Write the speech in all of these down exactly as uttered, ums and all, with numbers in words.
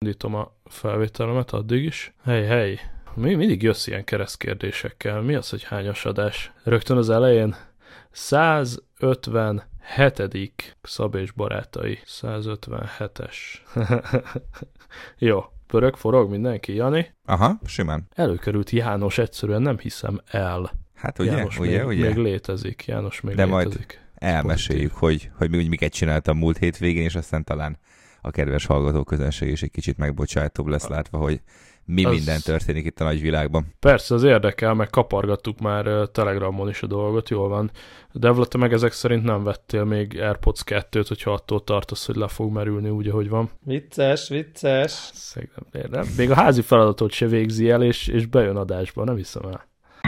Indítom a felvételemet addig is. Hely, hely! Mi mindig jössz ilyen keresztkérdésekkel. Mi az, hogy hányas adás? Rögtön az elején százötvenhetedik Szab és barátai. százötvenhetes. Jó. Pörög, forog mindenki, Jani? Aha, simán. Előkerült János, egyszerűen nem hiszem el. Hát ugye, János ugye, még, ugye? még létezik, János még De létezik. majd elmeséljük, hogy, hogy mi úgy miket csináltam múlt hétvégén, és aztán talán a kedves hallgató közönség is egy kicsit megbocsátóbb lesz látva, hogy mi az... minden történik itt a nagyvilágban. Persze, az érdekel, meg kapargattuk már Telegramon is a dolgot, jól van. Devla, te meg ezek szerint nem vettél még AirPods kettőt, hogyha attól tartasz, hogy le fog merülni úgy, ahogy van. Vicces, vicces. Szeg, nem, nem. Még a házi feladatot se végzi el, és, és bejön adásba, nem hiszem el.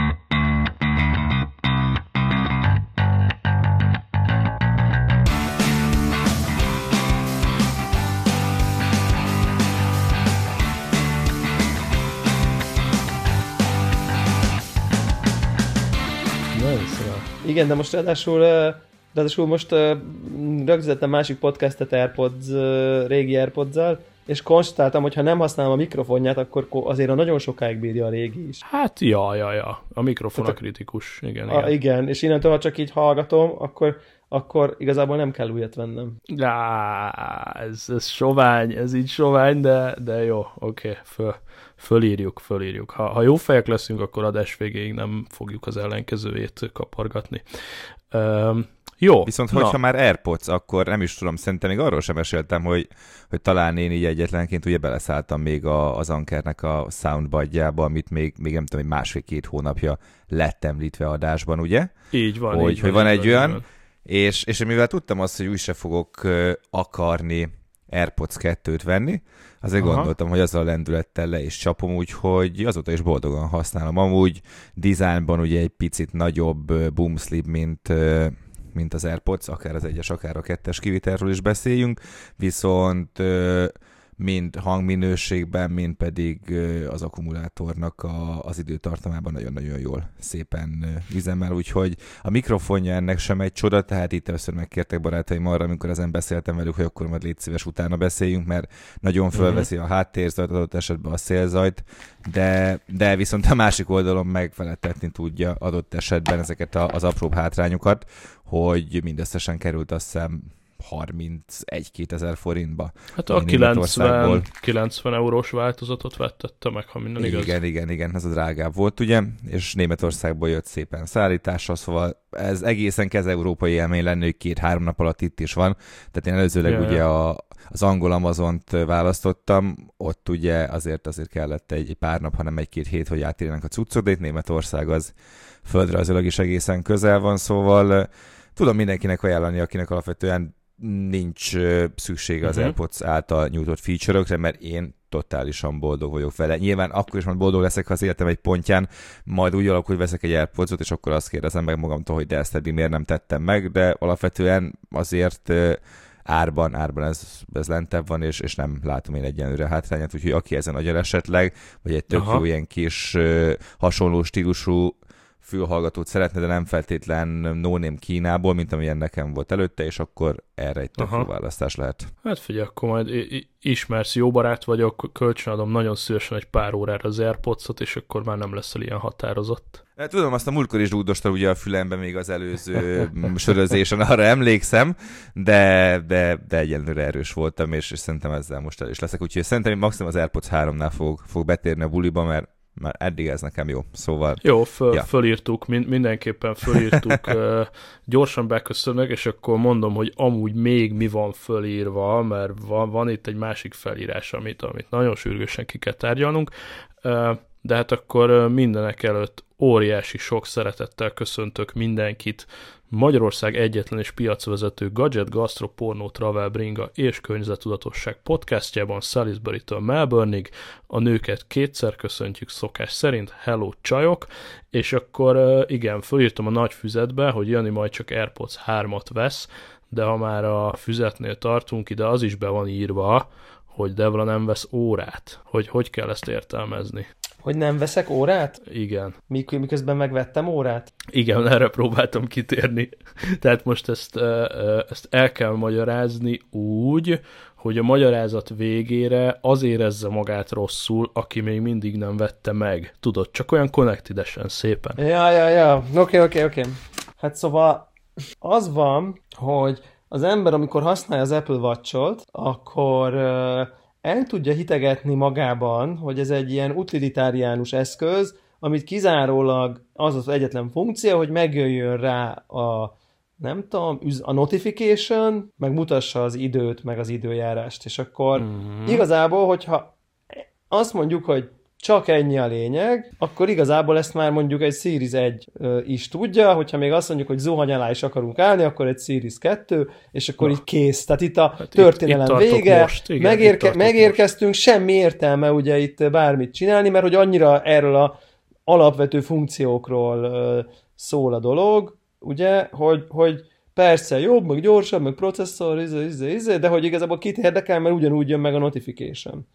Igen, de most ráadásul, ráadásul most rögzítettem másik podcastet AirPods, régi AirPods-zal, és konstatáltam, hogy ha nem használom a mikrofonját, akkor azért a nagyon sokáig bírja a régi is. Hát, ja, ja, ja. A mikrofon a kritikus. Igen, a, igen. igen, és innentől, ha csak így hallgatom, akkor, akkor igazából nem kell újat vennem. Á, ez, ez sovány, ez így sovány, de, de jó, oké, okay. Föl, fölírjuk, fölírjuk. Ha, ha jó fejek leszünk, akkor adás végéig nem fogjuk az ellenkezőjét kapargatni. Um, Jó. Viszont na. Hogyha már AirPods, akkor nem is tudom, szerintem még arról sem meséltem, hogy, hogy talán én így egyetlenként ugye beleszálltam még a, az Ankernek a soundbudjába, amit még, még nem tudom, hogy másfél-két hónapja lett említve adásban, ugye? Így van. Hogy, így hogy van, van így egy van, olyan, van. És, és mivel tudtam azt, hogy úgy se fogok akarni AirPods kettőt venni, azért Aha. gondoltam, hogy azzal a lendülettel le is csapom, úgyhogy azóta is boldogan használom. Amúgy designban ugye egy picit nagyobb boomslip, mint... mint az AirPods, akár az egyes, akár a kettes kivitelről is beszéljünk, viszont mind hangminőségben, mind pedig az akkumulátornak a, az időtartamában nagyon-nagyon jól szépen üzemel, úgyhogy a mikrofonja ennek sem egy csoda, tehát itt először megkértek barátaim arra, amikor ezen beszéltem velük, hogy akkor majd légy szíves utána beszéljünk, mert nagyon fölveszi a háttérzajt, adott esetben a szélzajt, de, de viszont a másik oldalon megfeleltetni tudja adott esetben ezeket a, az apróbb hátrányokat, hogy mindösszesen került azt hiszem harmincegy-kétezer forintba. Hát a kilencven, kilencven eurós változatot vettette meg, ha minden igaz. Igen, igen, igen, ez a drágább volt, ugye, és Németországból jött szépen szállításra, szóval ez egészen kez-európai élmény lenne, hogy két-három nap alatt itt is van. Tehát én előzőleg yeah. ugye a, az angol Amazont választottam, ott ugye azért azért kellett egy pár nap, hanem egy-két hét, hogy átérjenek a cuccot, de itt Németország az földrajzilag is egészen közel van, szóval tudom mindenkinek ajánlani, akinek alapvetően nincs szüksége az uh-huh. AirPods által nyújtott feature-ökre, mert én totálisan boldog vagyok vele. Nyilván akkor is majd boldog leszek, ha az életem egy pontján majd úgy alakul, hogy veszek egy AirPods-ot, és akkor azt kérdezem meg magamtól, hogy de ezt eddig miért nem tettem meg, de alapvetően azért árban, árban ez, ez lentebb van, és, és nem látom én egyenlőre hátrányát, úgyhogy aki ezen agyal esetleg, vagy egy tök Aha. jó ilyen kis hasonló stílusú fülhallgatót szeretne, de nem feltétlen no-name Kínából, mint amilyen nekem volt előtte, és akkor erre egy tök jó választás lehet. Hát figyelj, akkor majd ismersz, jó barát vagyok, kölcsönadom nagyon szívesen egy pár órára az AirPods-ot, és akkor már nem leszel ilyen határozott. Hát, tudom, azt a múltkor is dúdostam ugye a fülembe még az előző sörözésen, arra emlékszem, de, de, de egyenlőre erős voltam, és, és szerintem ezzel most el is leszek, úgyhogy szerintem maximum az AirPods háromnál fog, fog betérni a buliba, mert már eddig ez nekem jó, szóval... Jó, föl, ja. fölírtuk, min- mindenképpen fölírtuk, uh, gyorsan beköszönök, és akkor mondom, hogy amúgy még mi van fölírva, mert van, van itt egy másik felírás, amit, amit nagyon sürgősen ki kell tárgyalnunk, uh, de hát akkor uh, mindenek előtt óriási sok szeretettel köszöntök mindenkit, Magyarország egyetlen és piacvezető gadget, gastro, pornó, travel, bringa és környezettudatosság podcastjában Salisbury-től Melbourne-ig. A nőket kétszer köszöntjük szokás szerint, hello csajok, és akkor igen, fölírtam a nagy füzetbe, hogy Jani majd csak AirPods hármat vesz, de ha már a füzetnél tartunk, ide az is be van írva, hogy Devla nem vesz órát. Hogy hogy kell ezt értelmezni? Hogy nem veszek órát? Igen. Mik- miközben megvettem órát? Igen, erre próbáltam kitérni. Tehát most ezt, ezt el kell magyarázni úgy, hogy a magyarázat végére az érezze magát rosszul, aki még mindig nem vette meg. Tudod, csak olyan connected-esen szépen. Ja, ja, ja. Oké, oké, oké. Hát szóval az van, hogy az ember, amikor használja az Apple Watch-ot, akkor uh, el tudja hitegetni magában, hogy ez egy ilyen utilitáriánus eszköz, amit kizárólag az az egyetlen funkció, hogy megjöjjön rá a, nem tudom, a notification, meg mutassa az időt, meg az időjárást. És akkor mm-hmm. igazából, hogyha azt mondjuk, hogy csak ennyi a lényeg, akkor igazából ezt már mondjuk egy Series egy is tudja, hogyha még azt mondjuk, hogy zuhany alá is akarunk állni, akkor egy Series kettő, és akkor Na. így kész. Tehát itt a hát történelem itt, itt vége, most. Igen, megérke- megérkeztünk, most. Semmi értelme ugye itt bármit csinálni, mert hogy annyira erről a alapvető funkciókról szól a dolog, ugye, hogy, hogy persze jobb, meg gyorsabb, meg processzor, izé, izé, izé, de hogy igazából kit érdekel, mert ugyanúgy jön meg a notification.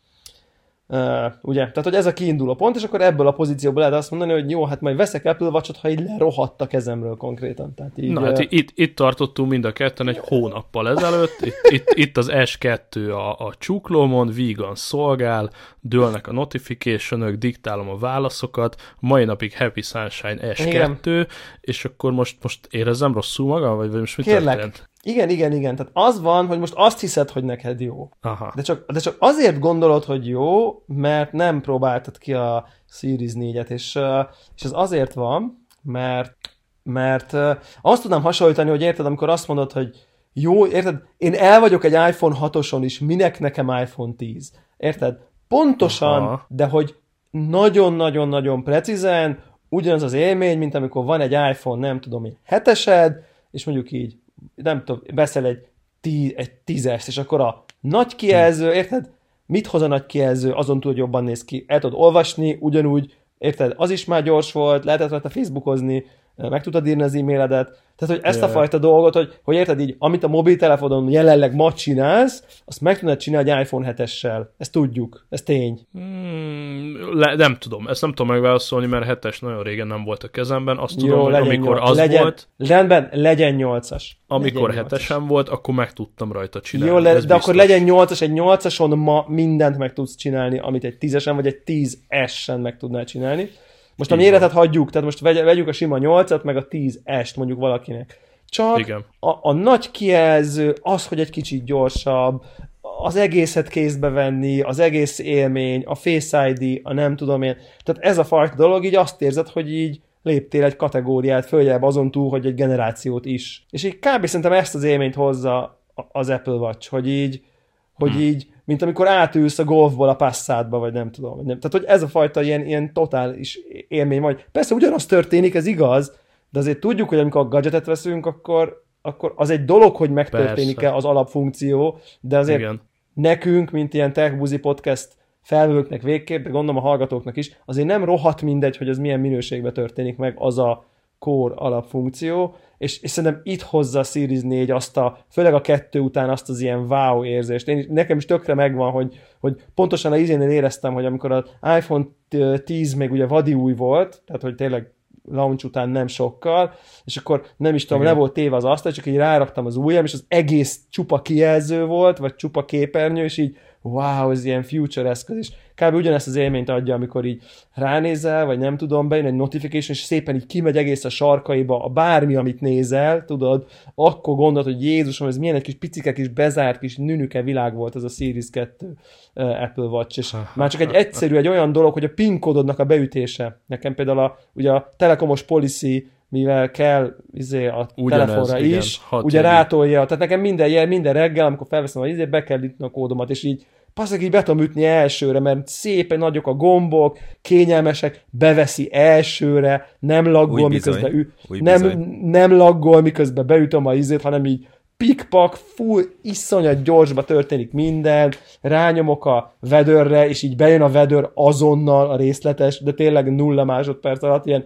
Uh, ugye? Tehát, hogy ez a kiinduló pont, és akkor ebből a pozícióból lehet azt mondani, hogy jó, hát majd veszek Apple Watch-ot, ha így lerohadt a kezemről konkrétan. Tehát így, Na, hát uh... itt, itt tartottunk mind a ketten egy hónappal ezelőtt, itt, itt, itt az es kettő a, a csuklómon, vegan szolgál, dőlnek a notification-ök, diktálom a válaszokat, mai napig Happy Sunshine es kettő, igen. És akkor most, most érezzem rosszul magam, vagy, vagy most mi Kérlek. történt? Igen, igen, igen. Tehát az van, hogy most azt hiszed, hogy neked jó. Aha. De csak, de csak azért gondolod, hogy jó, mert nem próbáltad ki a Series négyet, és, és ez azért van, mert, mert azt tudnám hasonlítani, hogy érted, amikor azt mondod, hogy jó, érted, én el vagyok egy iPhone hatoson is, minek nekem iPhone tíz. Érted? Pontosan, Aha. de hogy nagyon-nagyon-nagyon precízen ugyanaz az élmény, mint amikor van egy iPhone, nem tudom, egy hetesed, és mondjuk így nem tudom, veszel egy, tí, egy tízest, és akkor a nagy kijelző, érted? Mit hoz a nagy kijelző? Azon túl, hogy jobban néz ki. El tudod olvasni, ugyanúgy, érted? Az is már gyors volt, lehetett rajta Facebookozni, meg tudtad írni az e-mailedet. Tehát, hogy ezt yeah. a fajta dolgot, hogy, hogy érted így, amit a mobiltelefonon jelenleg ma csinálsz, azt meg tudnád csinálni egy iPhone hetessel. Ezt tudjuk. Ez tény. Hmm, le, nem tudom. Ezt nem tudom megválaszolni, mert hetes nagyon régen nem volt a kezemben. Azt Jó, tudom, hogy amikor nyolc, az legyen, volt... Rendben, legyen nyolcas. Amikor legyen hetesen nyolcas. Volt, akkor meg tudtam rajta csinálni. Jó, le, de biztos. Akkor legyen nyolcas. Egy nyolcason ma mindent meg tudsz csinálni, amit egy tízesen vagy egy tíz es-en meg tudnál csinálni. Most a méretet hagyjuk, tehát most vegyük a sima nyolcat, meg a tíz est mondjuk valakinek. Csak Igen. A, a nagy kijelző, az, hogy egy kicsit gyorsabb, az egészet kézbe venni, az egész élmény, a Face i dé, a nem tudom én. Tehát ez a fajta dolog, így azt érzed, hogy így léptél egy kategóriát följebb azon túl, hogy egy generációt is. És így kb. Szerintem ezt az élményt hozza az Apple Watch, hogy így, hogy hmm. így mint amikor átülsz a Golfból a Passatba, vagy nem tudom. Nem. Tehát, hogy ez a fajta ilyen, ilyen totális élmény vagy. Persze ugyanaz történik, ez igaz, de azért tudjuk, hogy amikor a gadgetet veszünk, akkor, akkor az egy dolog, hogy megtörténik-e az alapfunkció, de azért Igen. nekünk, mint ilyen TechBuzi podcast felvevőknek végképp, de gondolom a hallgatóknak is, azért nem rohadt mindegy, hogy az milyen minőségben történik meg az a core alapfunkció, és, és szerintem itt hozza a Series négy azt a, főleg a kettő után azt az ilyen wow érzést. Én, nekem is tökre megvan, hogy, hogy pontosan a izénél éreztem, hogy amikor az iPhone tíz még ugye vadi új volt, tehát hogy tényleg launch után nem sokkal, és akkor nem is tudom, le volt téve az asztal, csak így ráraktam az ujjam, és az egész csupa kijelző volt, vagy csupa képernyő, és így wow, ez ilyen future eszköz, és kb. Ugyanezt az élményt adja, amikor így ránézel, vagy nem tudom, bejön egy notification, és szépen így kimegy egész a sarkaiba, a bármi, amit nézel, tudod, akkor gondolod, hogy Jézusom, ez milyen egy kis picike, kis bezárt, kis nünüke világ volt ez a Series kettő uh, Apple Watch, és már csak egy egyszerű, egy olyan dolog, hogy a PIN kódodnak a beütése. Nekem például a, ugye a telekomos policy, mivel kell izé, a Ugyanez, telefonra igen, is, ugye rátolja, tehát nekem minden, minden reggel, amikor felveszem, hogy izé, be kell ütni a kódomat, és így passzak, így be tudom ütni elsőre, mert szépen nagyok a gombok, kényelmesek, beveszi elsőre, nem laggol, miközben ü- nem, nem laggol, miközben beütöm a izét, hanem így pikpak, full, iszonyat gyorsba történik minden, rányomok a vedőrre, és így bejön a vedőr azonnal a részletes, de tényleg nulla másodperc alatt ilyen,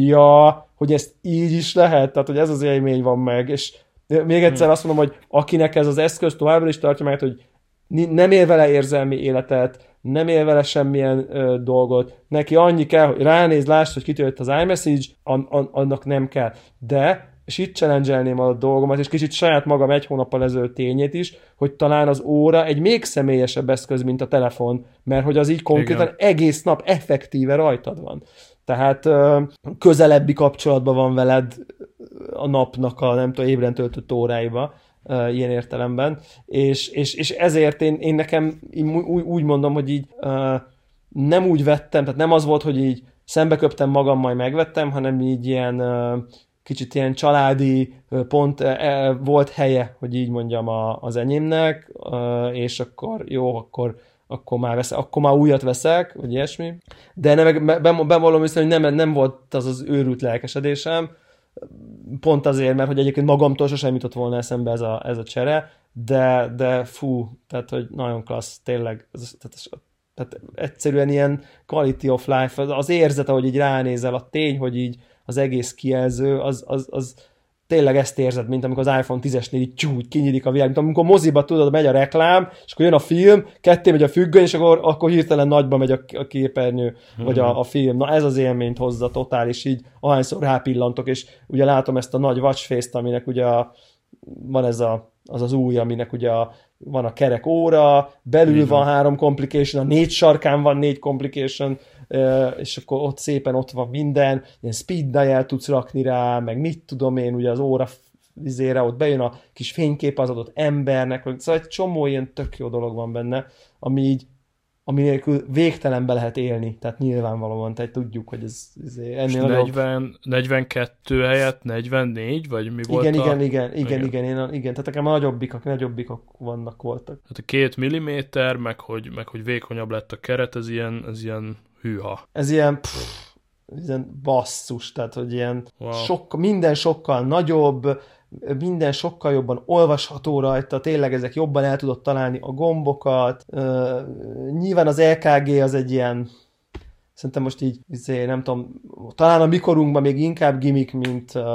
ja, hogy ezt így is lehet, tehát hogy ez az élmény van meg, és még egyszer hmm. azt mondom, hogy akinek ez az eszköz továbbra is tartja meg, hogy nem él vele érzelmi életet, nem él vele semmilyen ö, dolgot, neki annyi kell, hogy ránéz, lásd, hogy kitört az iMessage, an, an, annak nem kell. De, és itt challenge-elném a dolgomat, és kicsit saját magam egy hónappal ezelőtt tényét is, hogy talán az óra egy még személyesebb eszköz, mint a telefon, mert hogy az így konkrétan igen. egész nap effektíve rajtad van. Tehát ö, közelebbi kapcsolatban van veled a napnak a nem tudom, ébren töltött óráiba, Uh, ilyen értelemben, és, és, és ezért én, én nekem én úgy, úgy mondom, hogy így uh, nem úgy vettem, tehát nem az volt, hogy így szembeköptem magam, majd megvettem, hanem így ilyen uh, kicsit ilyen családi uh, pont uh, volt helye, hogy így mondjam a, az enyémnek, uh, és akkor jó, akkor akkor már, veszek, akkor már újat veszek, vagy ilyesmi. De nem, bevallom vissza, hogy nem, nem volt az az őrült lelkesedésem, pont azért, mert hogy egyébként magamtól sosem jutott volna eszembe ez a, ez a csere, de, de fú, tehát hogy nagyon klassz, tényleg, ez, tehát, tehát egyszerűen ilyen quality of life, az, az érzete, hogy így ránézel, a tény, hogy így az egész kijelző, az, az, az tényleg ezt érzed, mint amikor az iPhone tízesnél így csúgy, kinyílik a világ, mint amikor moziba tudod, megy a reklám, és akkor jön a film, ketté megy a függöny, és akkor, akkor hirtelen nagyba megy a, a képernyő, hmm. vagy a, a film. Na ez az élményt hozza totális, így ahányszor rápillantok, és ugye látom ezt a nagy watchface-t, aminek ugye a, van ez a, az az új, aminek ugye a, van a kerek óra, belül Igen. van három complication, a négy sarkán van négy complication, és akkor ott szépen ott van minden, ilyen speed dial tudsz rakni rá, meg mit tudom én, ugye az óra vizére, ott bejön a kis fénykép az adott embernek, szóval egy csomó ilyen tök jó dolog van benne, ami így, ami nélkül végtelenbe lehet élni, tehát nyilvánvalóan, tehát tudjuk, hogy ez, ez ennél negyven, negyvenkettő helyett negyvennégy, vagy mi volt igen, a... Igen, igen, igen, igen, igen, igen, tehát nekem a nagyobbikak, nagyobbikak vannak, voltak. Hát a két milliméter, meg hogy, meg hogy vékonyabb lett a keret, ez ilyen, ez ilyen hűha. Ez ilyen, pff, ez ilyen basszus, tehát hogy ilyen wow. sok, minden sokkal nagyobb, minden sokkal jobban olvasható rajta, tényleg ezek jobban el tudod találni a gombokat. Uh, nyilván az é ká gé az egy ilyen, szerintem most így, izé, nem tudom, talán a mikorunkban még inkább gimmick, mint, uh,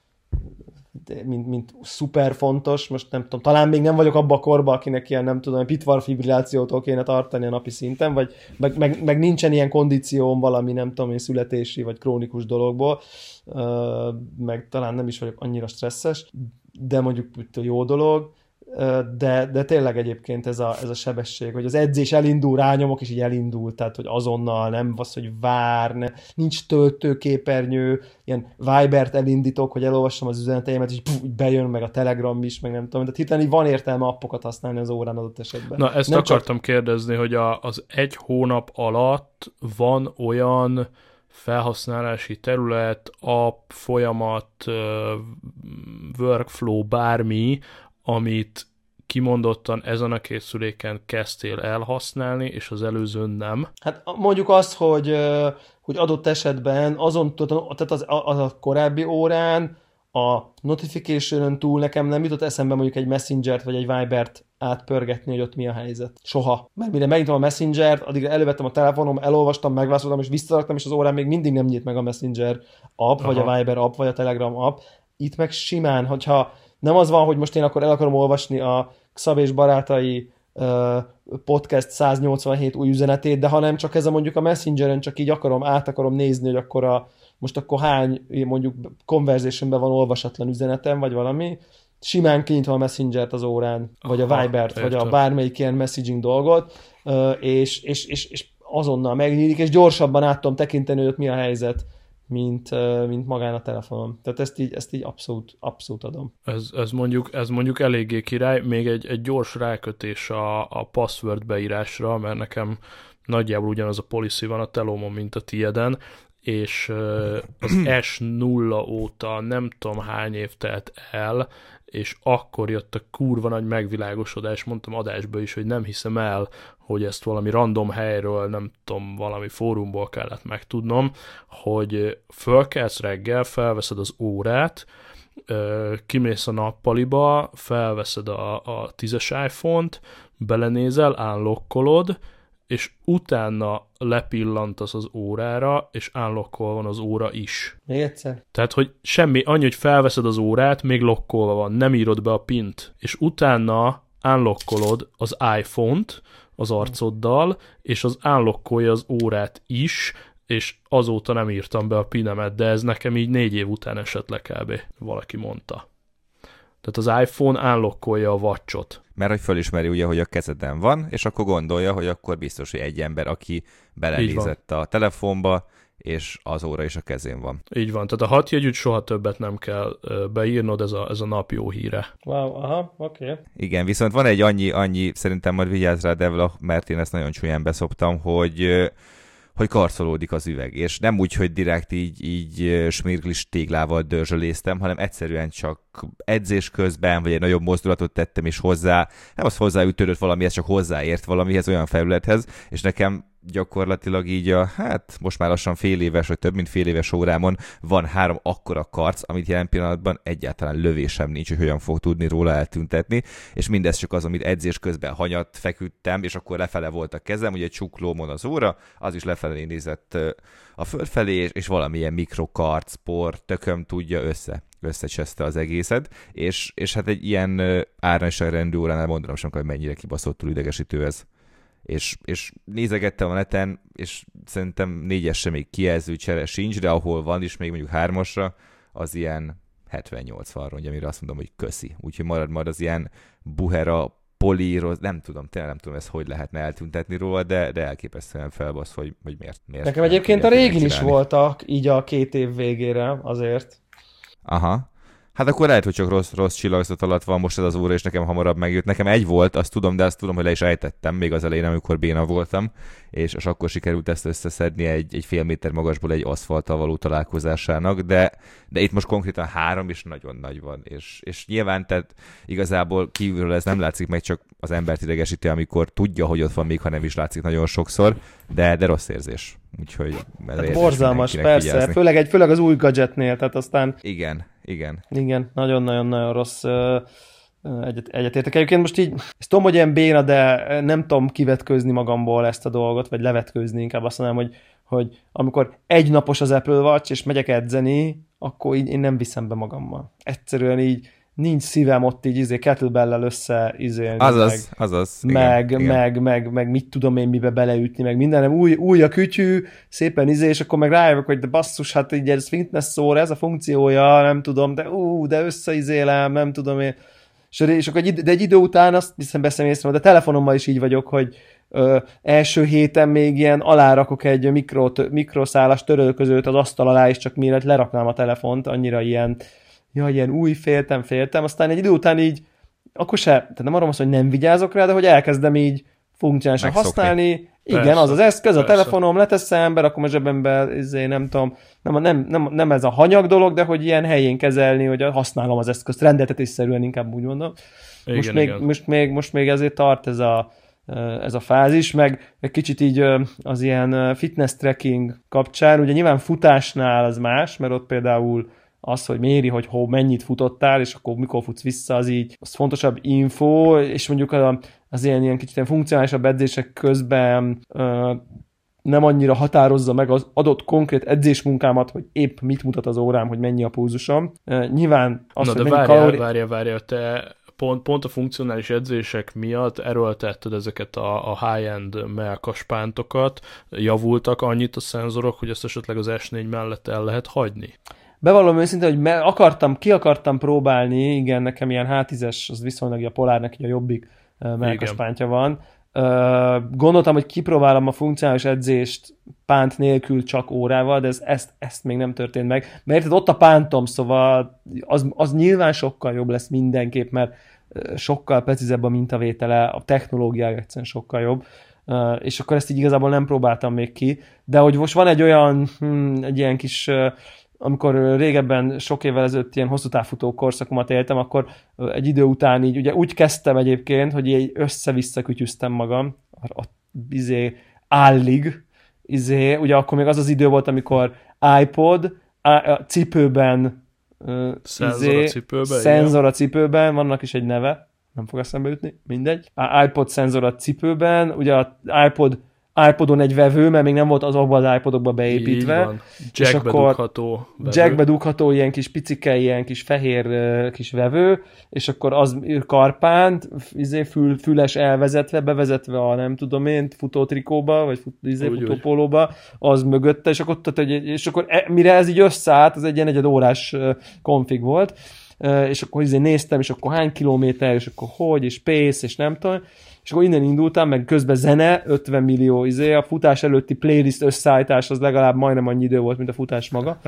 mint, mint szuper fontos. Most nem tudom, talán még nem vagyok abba a korba, akinek ilyen, nem tudom, pitvarfibrillációtól kéne tartani a napi szinten, vagy meg, meg, meg nincsen ilyen kondícióm valami, nem tudom én, születési vagy krónikus dologból. Uh, meg talán nem is vagyok annyira stresszes, de mondjuk jó dolog, uh, de, de tényleg egyébként ez a, ez a sebesség, hogy az edzés elindul, rányomok, és így elindul, tehát hogy azonnal nem az, hogy vár, ne, nincs töltőképernyő, ilyen Vibert elindítok, hogy elolvassam az üzeneteimet, és puf, bejön meg a Telegram is, meg nem tudom, de hirtelen van értelme appokat használni az órán adott esetben. Na, ezt nem akartam csak... kérdezni, hogy a, az egy hónap alatt van olyan felhasználási terület, app, folyamat, workflow, bármi, amit kimondottan ezen a készüléken kezdtél elhasználni, és az előzőn nem? Hát mondjuk azt, hogy, hogy adott esetben azon, tehát az, az a korábbi órán a notification-ön túl nekem nem jutott eszembe mondjuk egy Messengert vagy egy Vibert átpörgetni, hogy ott mi a helyzet. Soha. Mert mire megnyitom a Messengert, addigra elővettem a telefonom, elolvastam, megválaszoltam, és visszaraktam, és az órán még mindig nem nyit meg a Messenger app, Aha. vagy a Viber app, vagy a Telegram app. Itt meg simán, hogyha nem az van, hogy most én akkor el akarom olvasni a Xab és barátai uh, podcast száznyolcvanhét új üzenetét, de ha nem csak ez a mondjuk a Messengeren, csak így akarom, át akarom nézni, hogy akkor a, most akkor hány mondjuk conversationben van olvasatlan üzenetem, vagy valami, simán kinyitva a Messengert az órán, vagy a Vibert, vagy a bármelyik ilyen messaging dolgot, és, és, és, és azonnal megnyílik, és gyorsabban át tudom tekinteni, hogy ott mi a helyzet, mint, mint magán a telefonom. Tehát ezt így, ezt így abszolút, abszolút adom. Ez, ez, mondjuk, ez mondjuk eléggé király, még egy, egy gyors rákötés a, a password beírásra, mert nekem nagyjából ugyanaz a policy van a telómon, mint a tieden, és az es nulla óta nem tudom hány év telt el, és akkor jött a kurva nagy megvilágosodás, mondtam adásba is, hogy nem hiszem el, hogy ezt valami random helyről, nem tudom, valami fórumból kellett megtudnom, hogy fölkelsz reggel, felveszed az órát, kimész a nappaliba, felveszed a, a tízes iPhone-t, belenézel, unlockolod, és utána lepillantasz az órára, és unlockolva van az óra is. Még egyszer? Tehát, hogy semmi, annyi, hogy felveszed az órát, még lokkolva van, nem írod be a pint, és utána unlockolod az iPhone-t az arcoddal, és az unlockolja az órát is, és azóta nem írtam be a pinemet, de ez nekem így négy év után esett le kb. Valaki mondta. Tehát az iPhone unlockolja a watchot. Mert hogy fölismeri ugye, hogy a kezeden van, és akkor gondolja, hogy akkor biztos, hogy egy ember, aki belenézett a telefonba, és az óra is a kezén van. Így van, tehát a hat jegyűt soha többet nem kell beírnod, ez a, ez a nap jó híre. Wow, aha, oké. Okay. Igen, viszont van egy annyi, annyi szerintem majd vigyázz rá, Devla, mert én ezt nagyon csúnyán beszoptam, hogy hogy karcolódik az üveg, és nem úgy, hogy direkt így, így smirglis téglával dörzsöléztem, hanem egyszerűen csak edzés közben, vagy egy nagyobb mozdulatot tettem, és hozzá, nem az hozzáütődött valamihez, csak hozzáért valamihez, olyan felülethez, és nekem gyakorlatilag így a, hát most már lassan fél éves, vagy több mint fél éves órámon van három akkora karc, amit jelen pillanatban egyáltalán lövésem nincs, hogy hogyan fog tudni róla eltüntetni, és mindez csak az, amit edzés közben hanyat feküdtem, és akkor lefele volt a kezem, ugye csuklómon az óra, az is lefelé nézett a föld felé, és, és valamilyen mikrokarc, por, tököm tudja össze. összecseszte az egészet, és, és hát egy ilyen árnányságrendű óránál mondanom sem, hogy mennyire kibaszottul idegesítő ez. És, és nézegettem a neten, és szerintem négyesre még kijelző csere sincs, de ahol van is, még mondjuk hármasra, az ilyen hetven-nyolcvan rongy, amire azt mondom, hogy köszi. Úgyhogy marad majd az ilyen buhera, políroz, nem tudom, tényleg nem tudom, ezt hogy lehetne eltüntetni róla, de, de elképesztően felbasz, hogy, hogy miért, miért. Nekem egyébként a régin is voltak, így a két év végére azért. Aha. Hát akkor lehet, hogy csak rossz, rossz csillagzat alatt van most ez az óra, és nekem hamarabb megjött. Nekem egy volt, azt tudom, de azt tudom, hogy le is ejtettem még az elején, amikor béna voltam, és, és akkor sikerült ezt összeszedni egy, egy fél méter magasból egy aszfalttal való találkozásának, de, de itt most konkrétan három is nagyon nagy van, és, és nyilván tehát igazából kívülről ez nem látszik meg, csak az embert idegesíti, amikor tudja, hogy ott van, még ha nem is látszik nagyon sokszor, de, de rossz érzés. Úgyhogy hát borzalmas, persze, vigyázni. Főleg, egy, főleg az új gadgetnél, tehát aztán... Igen, igen. Igen, nagyon-nagyon-nagyon rossz egyet, egyetértek. Egyébként most így, ezt tudom, hogy ilyen béna, de nem tudom kivetkőzni magamból ezt a dolgot, vagy levetkőzni, inkább azt mondanám, hogy, hogy amikor egy napos az Apple Watch, és megyek edzeni, akkor így én nem viszem be magammal. Egyszerűen így nincs szívem ott így izé kettlebell-lel össze izélni. Azaz, meg, azaz. Meg, igen, meg, igen. meg, meg mit tudom én mibe beleütni, meg mindenem új, új a kütyű, szépen izé, és akkor meg rájövök, hogy de basszus, hát így ez fitness szóra, ez a funkciója, nem tudom, de ú, de összeizélem, nem tudom én. És, és akkor egy, de egy idő után azt hiszem beszem észre, de telefonommal is így vagyok, hogy ö, első héten még ilyen alárakok egy mikro, mikroszálas törölközőt az asztal alá, és csak mielőtt leraknám a telefont, annyira ilyen ja, ilyen új, féltem, féltem, aztán egy idő után így, akkor se, tehát nem arra azt, hogy nem vigyázok rá, de hogy elkezdem így funkcionálisan használni. Igen, persze, az az eszköz, persze. A telefonom, leteszem, berakom a zsebembe, izé, nem tudom, nem, nem, nem, nem ez a hanyag dolog, de hogy ilyen helyén kezelni, hogy használom az eszközt, rendeltetésszerűen inkább úgy mondom. Igen, most, még, most, még, most még ezért tart ez a, ez a fázis, meg egy kicsit így az ilyen fitness tracking kapcsán, ugye nyilván futásnál az más, mert ott például az, hogy méri, hogy hol mennyit futottál, és akkor mikor futsz vissza, az így, az fontosabb info, és mondjuk az ilyen, ilyen kicsit ilyen funkcionálisabb edzések közben ö, nem annyira határozza meg az adott konkrét edzésmunkámat, hogy épp mit mutat az órám, hogy mennyi a pulzusom. Ö, nyilván az, Na, hogy de mennyi várjál, kalóri... várjál, várjál, te pont, pont a funkcionális edzések miatt erőltetted ezeket a, a high-end melkaspántokat, javultak annyit a szenzorok, hogy ezt esetleg az es négy mellett el lehet hagyni? Bevallom őszintén, hogy me- akartam, ki akartam próbálni, igen, nekem ilyen há tízes, az viszonylag a Polárnak így a jobbik uh, melkaspántja van. Uh, gondoltam, hogy kipróbálom a funkcionális edzést pánt nélkül csak órával, de ez, ezt, ezt még nem történt meg. Mert ott a pántom, szóval az, az nyilván sokkal jobb lesz mindenképp, mert sokkal precízebb a mintavétele, a technológia egyszerűen sokkal jobb. Uh, és akkor ezt így igazából nem próbáltam még ki. De hogy most van egy olyan, hm, egy ilyen kis... Uh, amikor régebben, sok évvel ezelőtt ilyen hosszú távfutó korszakomat éltem, akkor egy idő után így, ugye úgy kezdtem egyébként, hogy így össze-vissza kütyüztem magam, a, a, izé, állig, izé, ugye akkor még az az idő volt, amikor iPod, a, a cipőben, szenzor izé, a cipőben, szenzor a cipőben, vannak is egy neve, nem fog eszembe jutni, mindegy. A iPod szenzor a cipőben, ugye az iPod iPodon egy vevő, mert még nem volt az abban az iPodokba beépítve. Jackbe dugható vevő. Jackbe dugható ilyen kis picike, ilyen kis fehér uh, kis vevő, és akkor az karpánt, izé, fül, füles elvezetve, bevezetve a nem tudom én, futótrikóba, vagy fut, izé, futópólóba, az mögötte, és akkor, tehát, és akkor e, mire ez így összeállt, az egy ilyen egyed órás uh, konfig volt, uh, és akkor izé néztem, és akkor hány kilométer, és akkor hogy, és pace, és nem tudom, és akkor innen indultam, meg közben zene, ötven millió izé, a futás előtti playlist összeállítás az legalább majdnem annyi idő volt, mint a futás maga.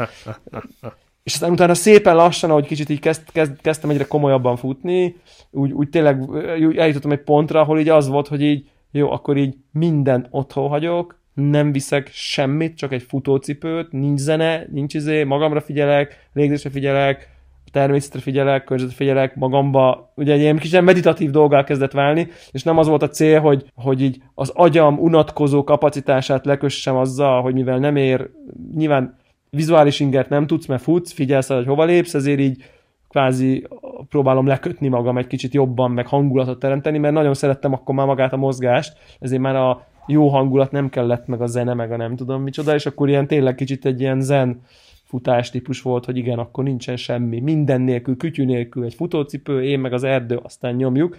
És aztán utána szépen lassan, ahogy kicsit így kezd, kezd, kezdtem egyre komolyabban futni, úgy, úgy tényleg úgy eljutottam egy pontra, ahol így az volt, hogy így jó, akkor így mindent otthon hagyok, nem viszek semmit, csak egy futócipőt, nincs zene, nincs izé, magamra figyelek, légzésre figyelek, természetre figyelek, környezetre figyelek, magamba, ugye egy ilyen kicsit meditatív dolgá kezdett válni, és nem az volt a cél, hogy, hogy így az agyam unatkozó kapacitását lekössem azzal, hogy mivel nem ér, nyilván vizuális ingert nem tudsz, mert futsz, figyelsz, hogy hova lépsz, ezért így kvázi próbálom lekötni magam egy kicsit jobban, meg hangulatot teremteni, mert nagyon szerettem akkor már magát a mozgást, ezért már a jó hangulat nem kellett, meg a zene, meg a nem tudom micsoda, és akkor ilyen tényleg kicsit egy ilyen zen futás típus volt, hogy igen, akkor nincsen semmi. Minden nélkül, kütyű nélkül egy futócipő, én meg az erdő, aztán nyomjuk.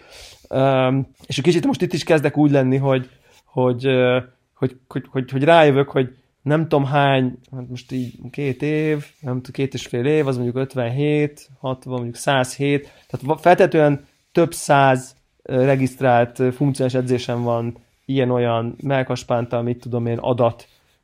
Um, és egy kicsit most itt is kezdek úgy lenni, hogy, hogy, uh, hogy, hogy, hogy, hogy rájövök, hogy nem tudom hány, hát most így két év, nem tudom, két és fél év, az mondjuk ötvenhét, hatvan, mondjuk száz hét, tehát feltétlenül több száz regisztrált funkciós edzésem van, ilyen-olyan mellkaspántal, mit tudom én, adat,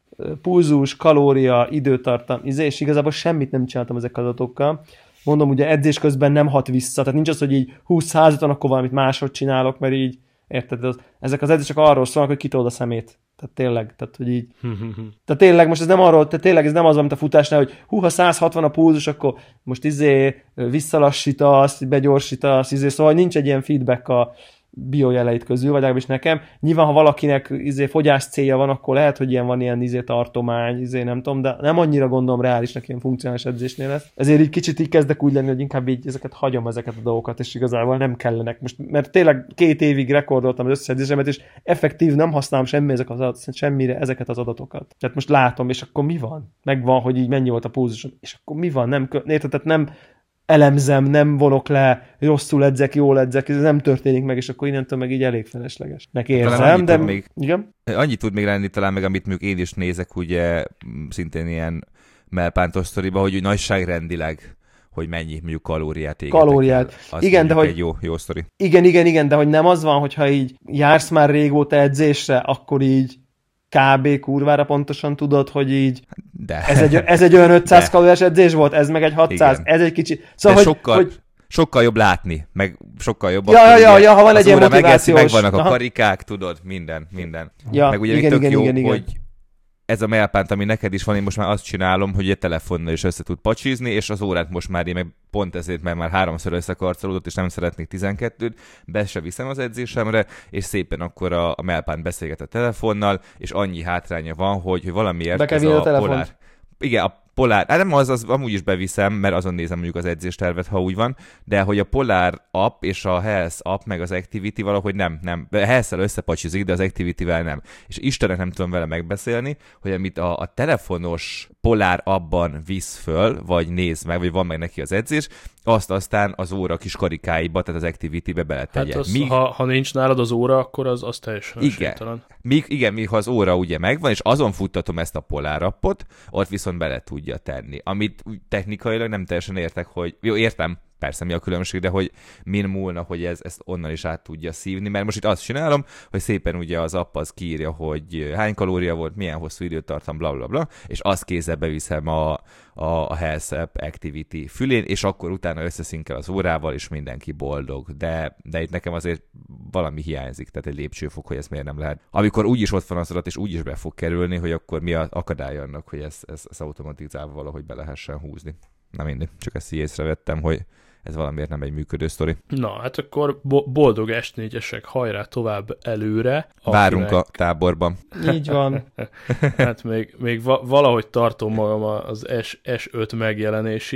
pulzus, kalória, időtartam, és igazából semmit nem csináltam ezek az adatokkal. Mondom, ugye edzés közben nem hat vissza, tehát nincs az, hogy így húsz százon, akkor valamit máshogy csinálok, mert így, érted, az, ezek az edzések arról szólnak, hogy kitolod a szemét. Tehát tényleg, tehát hogy így. Tehát tényleg most ez nem arról, tehát tényleg ez nem az, mint a futásnál, hogy hú, ha száz hatvan a pulzus, akkor most izé visszalassítasz, begyorsítasz, izé, szóval nincs egy ilyen feedback a biojeleit közül, vagy legalábbis nekem. Nyilván, ha valakinek izé, fogyás célja van, akkor lehet, hogy ilyen van ilyen izé, tartomány, izé, nem tudom, de nem annyira gondolom reálisnak ilyen funkcionális edzésnél lesz. Ezért így kicsit így kezdek úgy lenni, hogy inkább így ezeket hagyom, ezeket a dolgokat, és igazából nem kellenek. Most, mert tényleg két évig rekordoltam az összeedzésemet, és effektív nem használom semmi ezek az adat, semmire ezeket az adatokat. Tehát most látom, és akkor mi van? Megvan, hogy így mennyi volt a pulzusom, és akkor mi van? Nem, érted, tehát nem elemzem, nem vonok le, rosszul edzek, jól edzek, ez nem történik meg, és akkor innentől meg így elég feleslegesnek érzem, de... Még, igen? Annyit tud még lenni talán meg, amit mondjuk én is nézek, ugye szintén ilyen mellpántos sztoriba, hogy nagyságrendileg, hogy mennyi mondjuk kalóriát égetek. Kalóriát. Az igen, de hogy... egy jó, jó sztori. Igen, igen, igen, de hogy nem az van, hogyha így jársz már régóta edzésre, akkor így kb. Kurvára pontosan tudod, hogy így de. Ez, egy, ez egy olyan ötszáz kalóriás edzés volt, ez meg egy hatszáz, igen. Ez egy kicsi... Szóval, hogy, sokkal, hogy... sokkal jobb látni, meg sokkal jobb. Ja, ja, ja, ja, ha van egy ilyen motivációs... Megvannak a karikák, tudod, minden, minden. Ja, meg ugye igen, még tök igen, jó, igen, igen. hogy ez a mellpánt, ami neked is van, én most már azt csinálom, hogy egy telefonnal is össze tud pacsizni, és az órát most már én meg pont ezért, mert már háromszor összekarcolódott, és nem szeretnék tizenkettőt, be se viszem az edzésemre, és szépen akkor a, a mellpánt beszélget a telefonnal, és annyi hátránya van, hogy, hogy valamiért be kell ez a, a polár... Igen, a Polár, hát nem az, az amúgy is beviszem, mert azon nézem mondjuk az edzéstervet, ha úgy van, de hogy a Polar app és a Health app meg az Activity valahogy nem, nem. A Health-szel összepacsizik, de az Activity-vel nem. És Istenek nem tudom vele megbeszélni, hogy amit a, a telefonos Polar appban visz föl, vagy néz meg, vagy van meg neki az edzés, azt aztán az óra kis karikáiba, tehát az Activity-be beletegye. Hát az, míg... ha, ha nincs nálad az óra, akkor az, az teljesen igen. Míg, igen, míg ha az óra ugye megvan, és azon futtatom ezt a Polar appot, ott viszont bele tudja tenni. Amit technikailag nem teljesen értek, hogy... Jó, értem, persze mi a különbség, de hogy min múlna, hogy ez, ezt onnan is át tudja szívni, mert most itt azt csinálom, hogy szépen ugye az app az kiírja, hogy hány kalória volt, milyen hosszú időt tartam, bla bla bla, és azt kézzel beviszem a, a, a Health App Activity fülén, és akkor utána összeszinkel az órával, és mindenki boldog. De, de itt nekem azért valami hiányzik, tehát egy lépcsőfok, hogy ezt miért nem lehet. Amikor úgyis ott van az adat, és úgyis be fog kerülni, hogy akkor mi az akadály annak, hogy ezt, ezt, ezt automatizálva valahogy be lehessen húzni. Na mindig, csak ezt így észrevettem, hogy ez valamiért nem egy működő sztori. Na, hát akkor bo- boldog es négyesek, hajrá tovább előre. Várunk akinek... a táborban. Így van. Hát még, még va- valahogy tartom magam az S, es öt megjelenésig.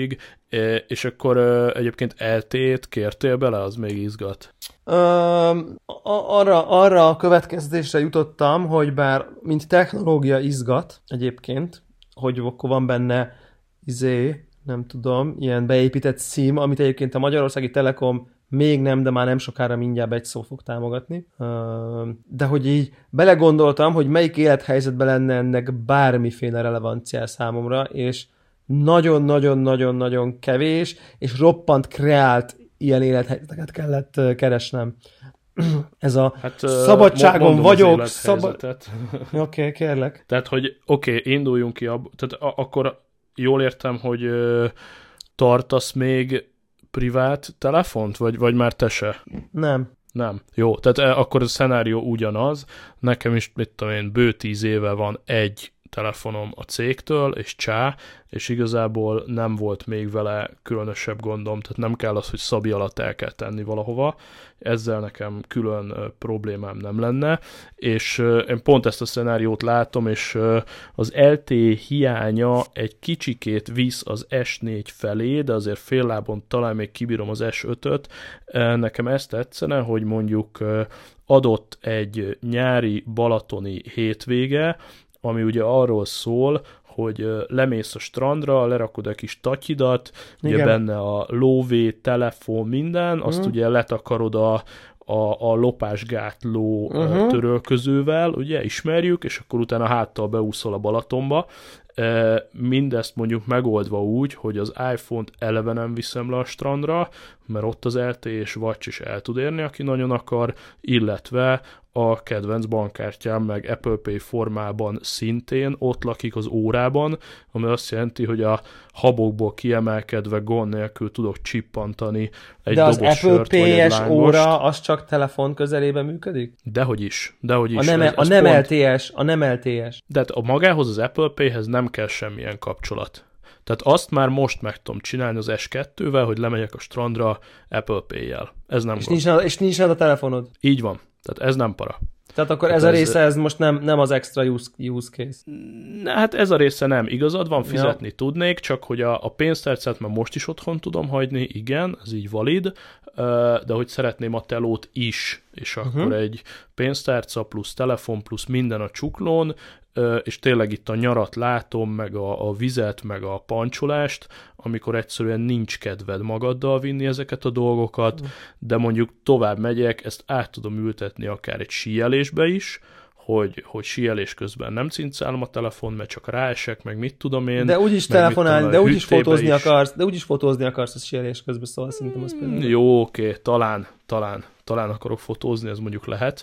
És akkor uh, egyébként el té é-t kértél bele, az még izgat? Um, arra, arra a következésre jutottam, hogy bár mint technológia izgat egyébként, hogy akkor van benne izé, nem tudom, ilyen beépített SIM, amit egyébként a Magyarországi Telekom még nem, de már nem sokára mindjárt egy szó fog támogatni. De hogy így belegondoltam, hogy melyik élethelyzetben lenne ennek bármiféle relevancia számomra, és nagyon-nagyon-nagyon-nagyon kevés, és roppant kreált ilyen élethelyzeteket kellett keresnem. Ez a hát, szabadságon vagyok, szabad... Oké, okay, kérlek. Tehát, hogy oké, okay, induljunk ki abból, tehát a- akkor jól értem, hogy ö, tartasz még privát telefont, vagy, vagy már te se? Nem. Nem. Jó, tehát akkor a szenárió ugyanaz. Nekem is, mit tudom én, bő tíz éve van egy telefonom a cégtől, és csá, és igazából nem volt még vele különösebb gondom, tehát nem kell az, hogy szabi alatt el kell tenni valahova, ezzel nekem külön uh, problémám nem lenne, és uh, én pont ezt a szenáriót látom, és uh, az el té é hiánya egy kicsikét visz az es négy felé, de azért fél lábon talán még kibírom az es ötöt. Uh, nekem ezt tetszene, hogy mondjuk uh, adott egy nyári balatoni hétvége, ami ugye arról szól, hogy lemész a strandra, lerakod egy kis tatyidat, igen. Ugye benne a lóvé, telefon, minden, azt uh-huh. ugye letakarod a, a, a lopásgátló uh-huh. törölközővel, ugye ismerjük, és akkor utána háttal beúszol a Balatonba. Mindezt mondjuk megoldva úgy, hogy az iPhone-t eleve nem viszem le a strandra, mert ott az el té é és Watch is el tud érni, aki nagyon akar, illetve a kedvenc bankkártyám meg Apple Pay formában szintén ott lakik az órában, ami azt jelenti, hogy a habokból kiemelkedve gond nélkül tudok csippantani egy de doboz sört, vagy egy lángost. De az Apple Pay-es óra az csak telefon közelében működik? Dehogy is. Dehogy is. A nem, ez, ez a nem pont... el té es, a nem el té es. De hát a magához, az Apple Pay-hez nem kell semmilyen kapcsolat. Tehát azt már most meg tudom csinálni az es kettővel, hogy lemegyek a strandra Apple Pay-jel. Ez nem és gond. Nincs, és nincs a telefonod? Így van. Tehát ez nem para. Tehát akkor Tehát ez a része, ez most nem, nem az extra use, use case. Na, hát ez a része nem. Igazad van, fizetni ja. tudnék, csak hogy a, a pénztárcát már most is otthon tudom hagyni, igen, ez így valid, de hogy szeretném a telót is, és akkor uh-huh. egy pénztárca plusz telefon plusz minden a csuklón, és tényleg itt a nyarat látom, meg a, a vizet, meg a pancsolást, amikor egyszerűen nincs kedved magaddal vinni ezeket a dolgokat, de mondjuk tovább megyek, ezt át tudom ültetni akár egy síelésbe is, hogy, hogy síelés közben nem cincálom a telefon, mert csak ráesek, meg mit tudom én. De úgyis telefonálni, de úgyis fotózni is. akarsz, de úgyis fotózni akarsz a síelés közben, szóval szerintem az például. Jó, oké, talán, talán, talán akarok fotózni, ez mondjuk lehet.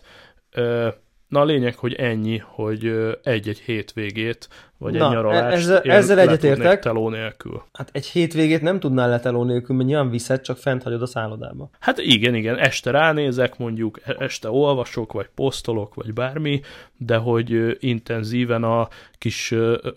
Na a lényeg, hogy ennyi, hogy egy-egy hétvégét, vagy Na, egy nyaralást ezzel, ezzel egyetértek. Teló nélkül. Hát egy hétvégét nem tudnál le teló nélkül, mert nyilván viszed, csak fent hagyod a szállodába. Hát igen, igen, este ránézek, mondjuk este olvasok, vagy posztolok, vagy bármi, de hogy intenzíven a kis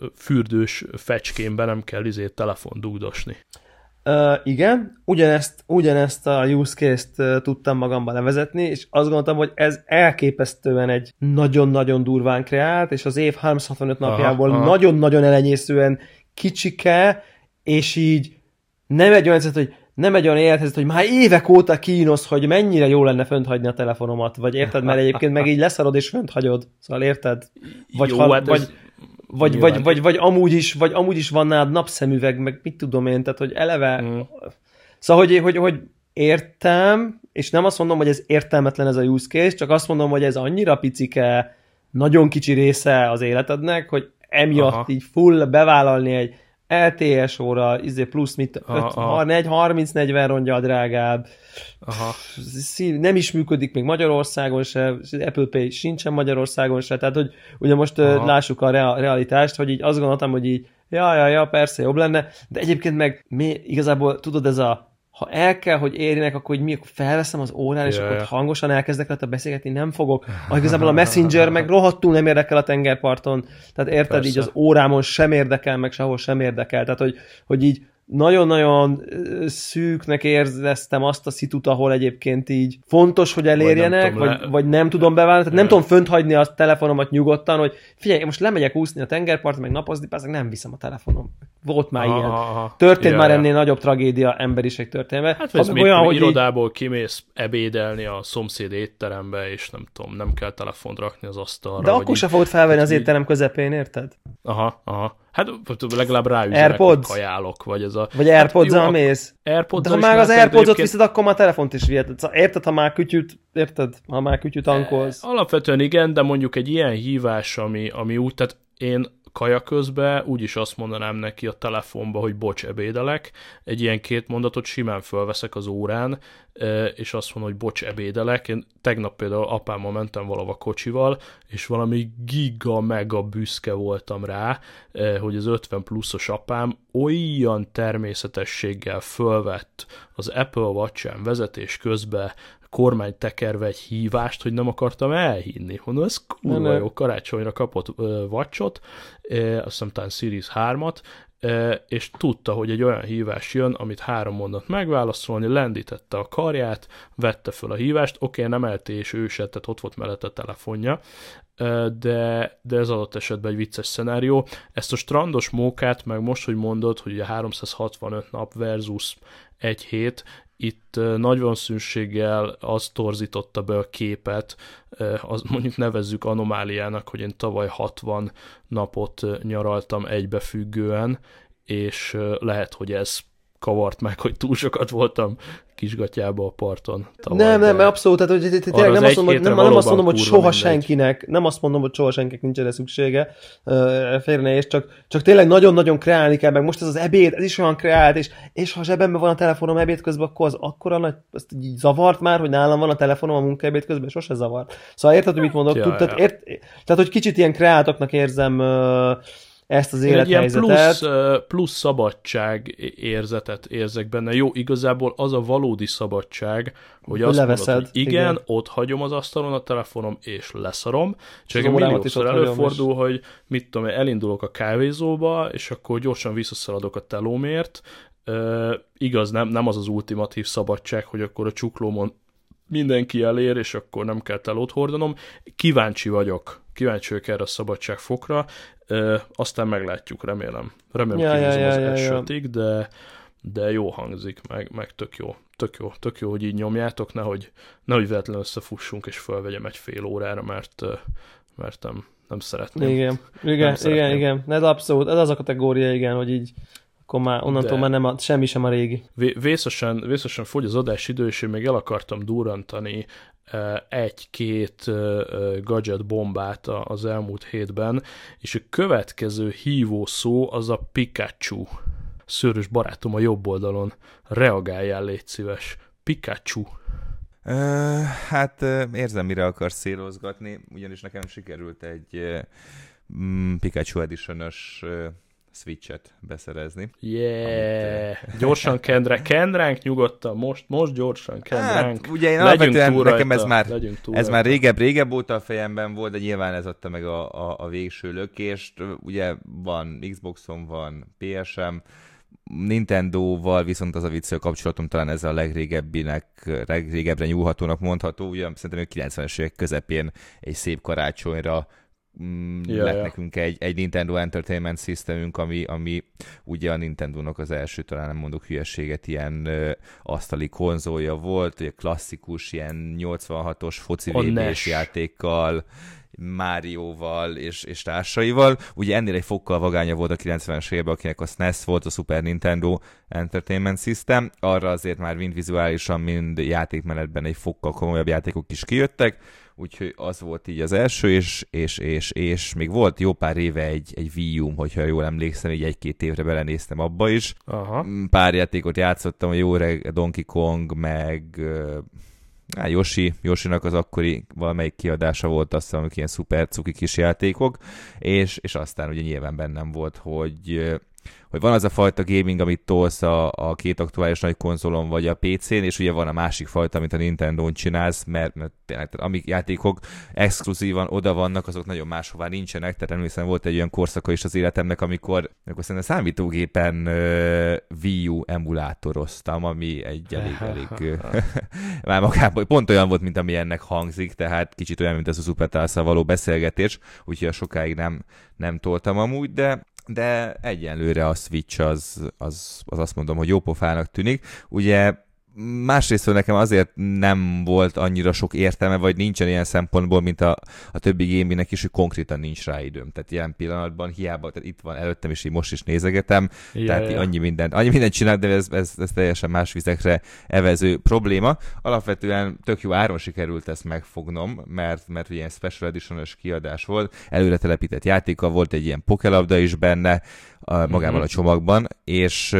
fürdős fecskémben nem kell izét telefon dugdosni. Uh, igen, ugyanezt, ugyanezt a use case-t uh, tudtam magamba levezetni, és azt gondoltam, hogy ez elképesztően egy nagyon-nagyon durván kreált, és az év háromszázhatvanöt napjából aha, aha. nagyon-nagyon elenyészően kicsike, és így nem egy olyan, hogy nem egy olyan élethelyzet, hogy már évek óta kínosz, hogy mennyire jó lenne fönt hagyni a telefonomat, vagy érted, mert egyébként meg így leszarod és fönt hagyod, szóval érted? Vagy, jó, ha, hát vagy, ez... Vagy, vagy, vagy, vagy, amúgy is, vagy amúgy is van nálad napszemüveg, meg mit tudom én, tehát hogy eleve... Mm. Szóval, hogy, hogy, hogy értem, és nem azt mondom, hogy ez értelmetlen ez a use case, csak azt mondom, hogy ez annyira picike, nagyon kicsi része az életednek, hogy emiatt aha. így full bevállalni egy el té es óra, izé plusz mit, harminc-negyven rongyal drágább, aha. nem is működik még Magyarországon se, Apple Pay sincsen Magyarországon se, tehát hogy ugye most aha. lássuk a realitást, hogy így azt gondoltam, hogy így ja, ja, ja, persze jobb lenne, de egyébként meg mi, igazából tudod ez a ha el kell, hogy érjenek, akkor hogy mi, akkor felveszem az órán, és yeah. akkor hangosan elkezdek rá beszélgetni, nem fogok. Ah, igazából a Messenger meg rohadtul nem érdekel a tengerparton. Tehát érted, persze. Így az órámon sem érdekel, meg sehol sem érdekel. Tehát, hogy, hogy így nagyon-nagyon szűknek éreztem azt a szitut, ahol egyébként így fontos, hogy elérjenek, vagy nem tudom, vagy, vagy nem tudom beválni, tehát nem tudom fönt hagyni a telefonomat nyugodtan, hogy figyelj, most lemegyek úszni a tengerpartra, meg napozni, persze nem viszem a telefonom. Volt már aha, ilyen. Aha. Történt ja, már ennél nagyobb tragédia emberiség történelme. Hát ez mit, olyan, hogy irodából így... kimész ebédelni a szomszéd étterembe, és nem tudom, nem kell telefont rakni az asztalra. De akkor se fogod felvenni az étterem közepén, érted? Aha, aha. Hát legalább ráüzenek, hogy kajálok, vagy ez a... Vagy AirPods-al hát, mész. AirPods de ha már az AirPods-ot egyébként... viszed, akkor már telefont is viheted. Érted, ha már kütyűt, érted? Ha már kütyűt tankolsz. Alapvetően igen, de mondjuk egy ilyen hívás, ami, ami úgy, tehát én kaja közben úgyis azt mondanám neki a telefonba, hogy bocs, ebédelek. Egy ilyen két mondatot simán fölveszek az órán, és azt mondom, hogy bocs, ebédelek. Én tegnap például apámmal mentem valahova kocsival, és valami giga-mega büszke voltam rá, hogy az ötven pluszos apám olyan természetességgel fölvett az Apple Watch-en vezetés közben kormány tekerve egy hívást, hogy nem akartam elhinni. Mondom, ez kurva jó, karácsonyra kapott uh, watchot, uh, azt hiszem talán Series hármat, uh, és tudta, hogy egy olyan hívás jön, amit három mondat megválaszolni, lendítette a karját, vette föl a hívást, oké, okay, nem elté és ő se, tehát ott volt mellett a telefonja, uh, de, de ez adott esetben egy vicces szenárió. Ezt a strandos mókát, meg most, hogy mondod, hogy a háromszázhatvanöt nap versus egy hét, itt nagy valószínűséggel az torzította be a képet, az mondjuk nevezzük anomáliának, hogy én tavaly hatvan napot nyaraltam egybefüggően, és lehet, hogy ez kavart meg, hogy túl sokat voltam Kisgatyába a parton tavaly. Nem, nem, abszolút, tehát hogy tényleg nem azt mondom, hogy, nem, nem azt mondom, hogy soha mindegy. senkinek, nem azt mondom, hogy soha senkinek nincs erre szüksége, uh, félre és csak, csak tényleg nagyon-nagyon kreálni kell, meg most ez az ebéd, ez is olyan kreált, és, és ha zsebemben van a telefonom ebéd közben, akkor az akkora nagy, azt így zavart már, hogy nálam van a telefonom a munkaebéd közben, sose zavart. Szóval érted, hogy mit mondok? Ja, tehát, ja. ért, tehát, hogy kicsit ilyen kreáltoknak érzem uh, ezt az élethelyzetet. Plusz, plusz szabadság érzetet érzek benne. Jó, igazából az a valódi szabadság, hogy azt leveszed, mondod, hogy igen, igen, ott hagyom az asztalon a telefonom, és leszarom. Csak egy milliószor előfordul, hogy mit tudom, elindulok a kávézóba, és akkor gyorsan visszaszaladok a telómért. Uh, igaz, nem, nem az az ultimatív szabadság, hogy akkor a csuklómon mindenki elér, és akkor nem kell telót hordanom. Kíváncsi vagyok. Kíváncsi vagyok erre a szabadságfokra. Uh, aztán meglátjuk, remélem. Remélem ja, kihúzom ja, az ja, elsőtig, ja. de, de jó hangzik, meg, meg tök jó. Tök jó, tök jó, hogy így nyomjátok, nehogy, nehogy véletlenül összefussunk, és fölvegyem egy fél órára, mert, mert nem, nem szeretném. Igen, igen, nem szeretném. igen, igen. Ez abszolút, ez az a kategória, igen, hogy így akkor már onnantól de már nem a, semmi sem a régi. Vészesen, vészesen fogy az adásidő, és én még el akartam durrantani egy-két gadget bombát az elmúlt hétben, és a következő hívó szó az a Pikachu. Szőrös barátom a jobb oldalon. Reagáljál, légy szíves. Pikachu. Uh, hát uh, érzem, mire akarsz szélozgatni, ugyanis nekem sikerült egy uh, Pikachu Edition-ös uh, Switch-et beszerezni. Yeah! Amit, uh... Gyorsan kendre, kendránk nyugodtan, most, most gyorsan kendránk. Hát, ugye én alapvetően nekem ez már, ez már régebb, régebb óta a fejemben volt, de nyilván ez adta meg a, a, a végső lökést. Ugye van Xboxon, van pé es em, Nintendo-val viszont az a vicc, kapcsolatom talán ez a legrégebbinek, legrégebbre nyúlhatónak mondható. Ugye szerintem a kilencvenes évek közepén egy szép karácsonyra Mm, ja, lett ja. nekünk egy, egy Nintendo Entertainment Systemünk, ami, ami ugye a Nintendónak az első, talán nem mondok hülyeséget, ilyen ö, asztali konzolja volt, ugye klasszikus, ilyen nyolcvanhatos foci vé bés játékkal, Márióval és, és társaival. Ugye ennél egy fokkal vagánya volt a kilencvenes években, akinek a es en e es volt, a Super Nintendo Entertainment System. Arra azért már mind vizuálisan, mind játékmenetben egy fokkal komolyabb játékok is kijöttek. Úgyhogy az volt így az első, és, és, és, és még volt jó pár éve egy, egy Wii U-m, hogyha jól emlékszem, így egy-két évre belenéztem abba is. Aha. Pár játékot játszottam, a jó reg, Donkey Kong, meg á, Yoshi, Yoshinak az akkori valamelyik kiadása volt, azt hiszem, ilyen szuper cuki kis játékok, és, és aztán ugye nyilván bennem volt, hogy hogy van az a fajta gaming, amit tolsz a, a két aktuális nagy konzolon vagy a pé cén, és ugye van a másik fajta, amit a Nintendón csinálsz, mert, mert tényleg, tehát amik játékok exkluzívan oda vannak, azok nagyon máshová nincsenek, tehát emlékszem, volt egy olyan korszaka is az életemnek, amikor, amikor szerintem számítógépen uh, Wii U emulátoroztam, ami egy elég-elég már magában pont olyan volt, mint ami ennek hangzik, tehát kicsit olyan, mint ez a Supertálszal való beszélgetés, úgyhogy a sokáig nem, nem toltam amúgy, de de egyenlőre a Switch az, az, az azt mondom, hogy jópofának tűnik. Ugye másrészt nekem azért nem volt annyira sok értelme, vagy nincsen ilyen szempontból, mint a, a többi gamingnek is, hogy konkrétan nincs rá időm. Tehát ilyen pillanatban hiába, tehát itt van előttem, és így most is nézegetem, ja, tehát ja. annyi mindent, annyi mindent csinál, de ez, ez, ez teljesen más vizekre evező probléma. Alapvetően tök jó áron sikerült ezt megfognom, mert, mert ugye ilyen Special Edition-os kiadás volt, előre telepített játéka volt, egy ilyen pokelabda is benne, a, magával mm-hmm. a csomagban, és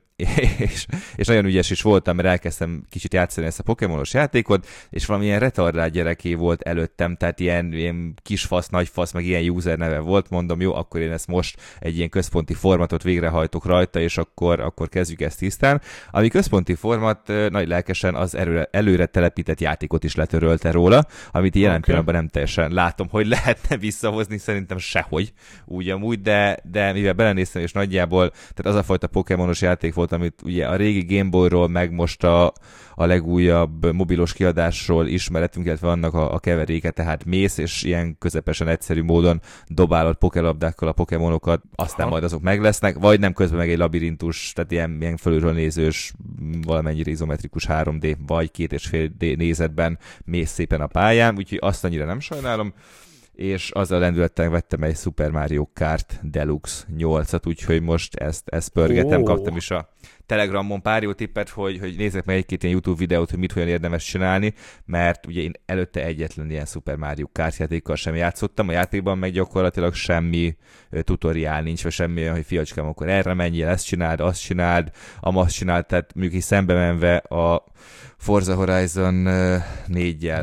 És, és nagyon ügyes is voltam, mert elkezdtem kicsit játszani ezt a Pokémonos játékot, és valamilyen retardált gyereké volt előttem, tehát ilyen, ilyen kis fasz, nagy fasz, meg ilyen user neve volt, mondom, jó, akkor én ezt most egy ilyen központi formatot végrehajtok rajta, és akkor, akkor kezdjük ezt tisztán. Ami központi format, nagy lelkesen az előre, előre telepített játékot is letörölte róla, amit jelen okay. pillanatban nem teljesen látom, hogy lehetne visszahozni, szerintem sehogy, úgy amúgy, de, de mivel belenéztem, és nagyjából, tehát az a fajta Pokémonos játék volt, amit ugye a régi Game Boyról, meg most a, a legújabb mobilos kiadásról ismeretünk, illetve annak a, a keveréke, tehát mész, és ilyen közepesen egyszerű módon dobálod pokelabdákkal a pokémonokat, aztán ha. majd azok meg lesznek, vagy nem közben meg egy labirintus, tehát ilyen, ilyen fölülről nézős, valamennyire izometrikus három dé, vagy két és fél dé nézetben mész szépen a pályán, úgyhogy azt annyira nem sajnálom, és azzal lendülettel vettem egy Super Mario Kart Deluxe nyolcat, úgyhogy most ezt, ezt pörgetem, oh. kaptam is a Telegramon pár jó tippet, hogy, hogy nézzek meg egy-két ilyen YouTube videót, hogy mit olyan érdemes csinálni, mert ugye én előtte egyetlen ilyen Super Mario Kart játékkal sem játszottam, a játékban meg gyakorlatilag semmi tutoriál nincs, vagy semmi olyan, hogy fiacskám, akkor erre menjél, ezt csináld, azt csináld, amazt csináld, tehát mondjuk is szembe menve a Forza Horizon négyel,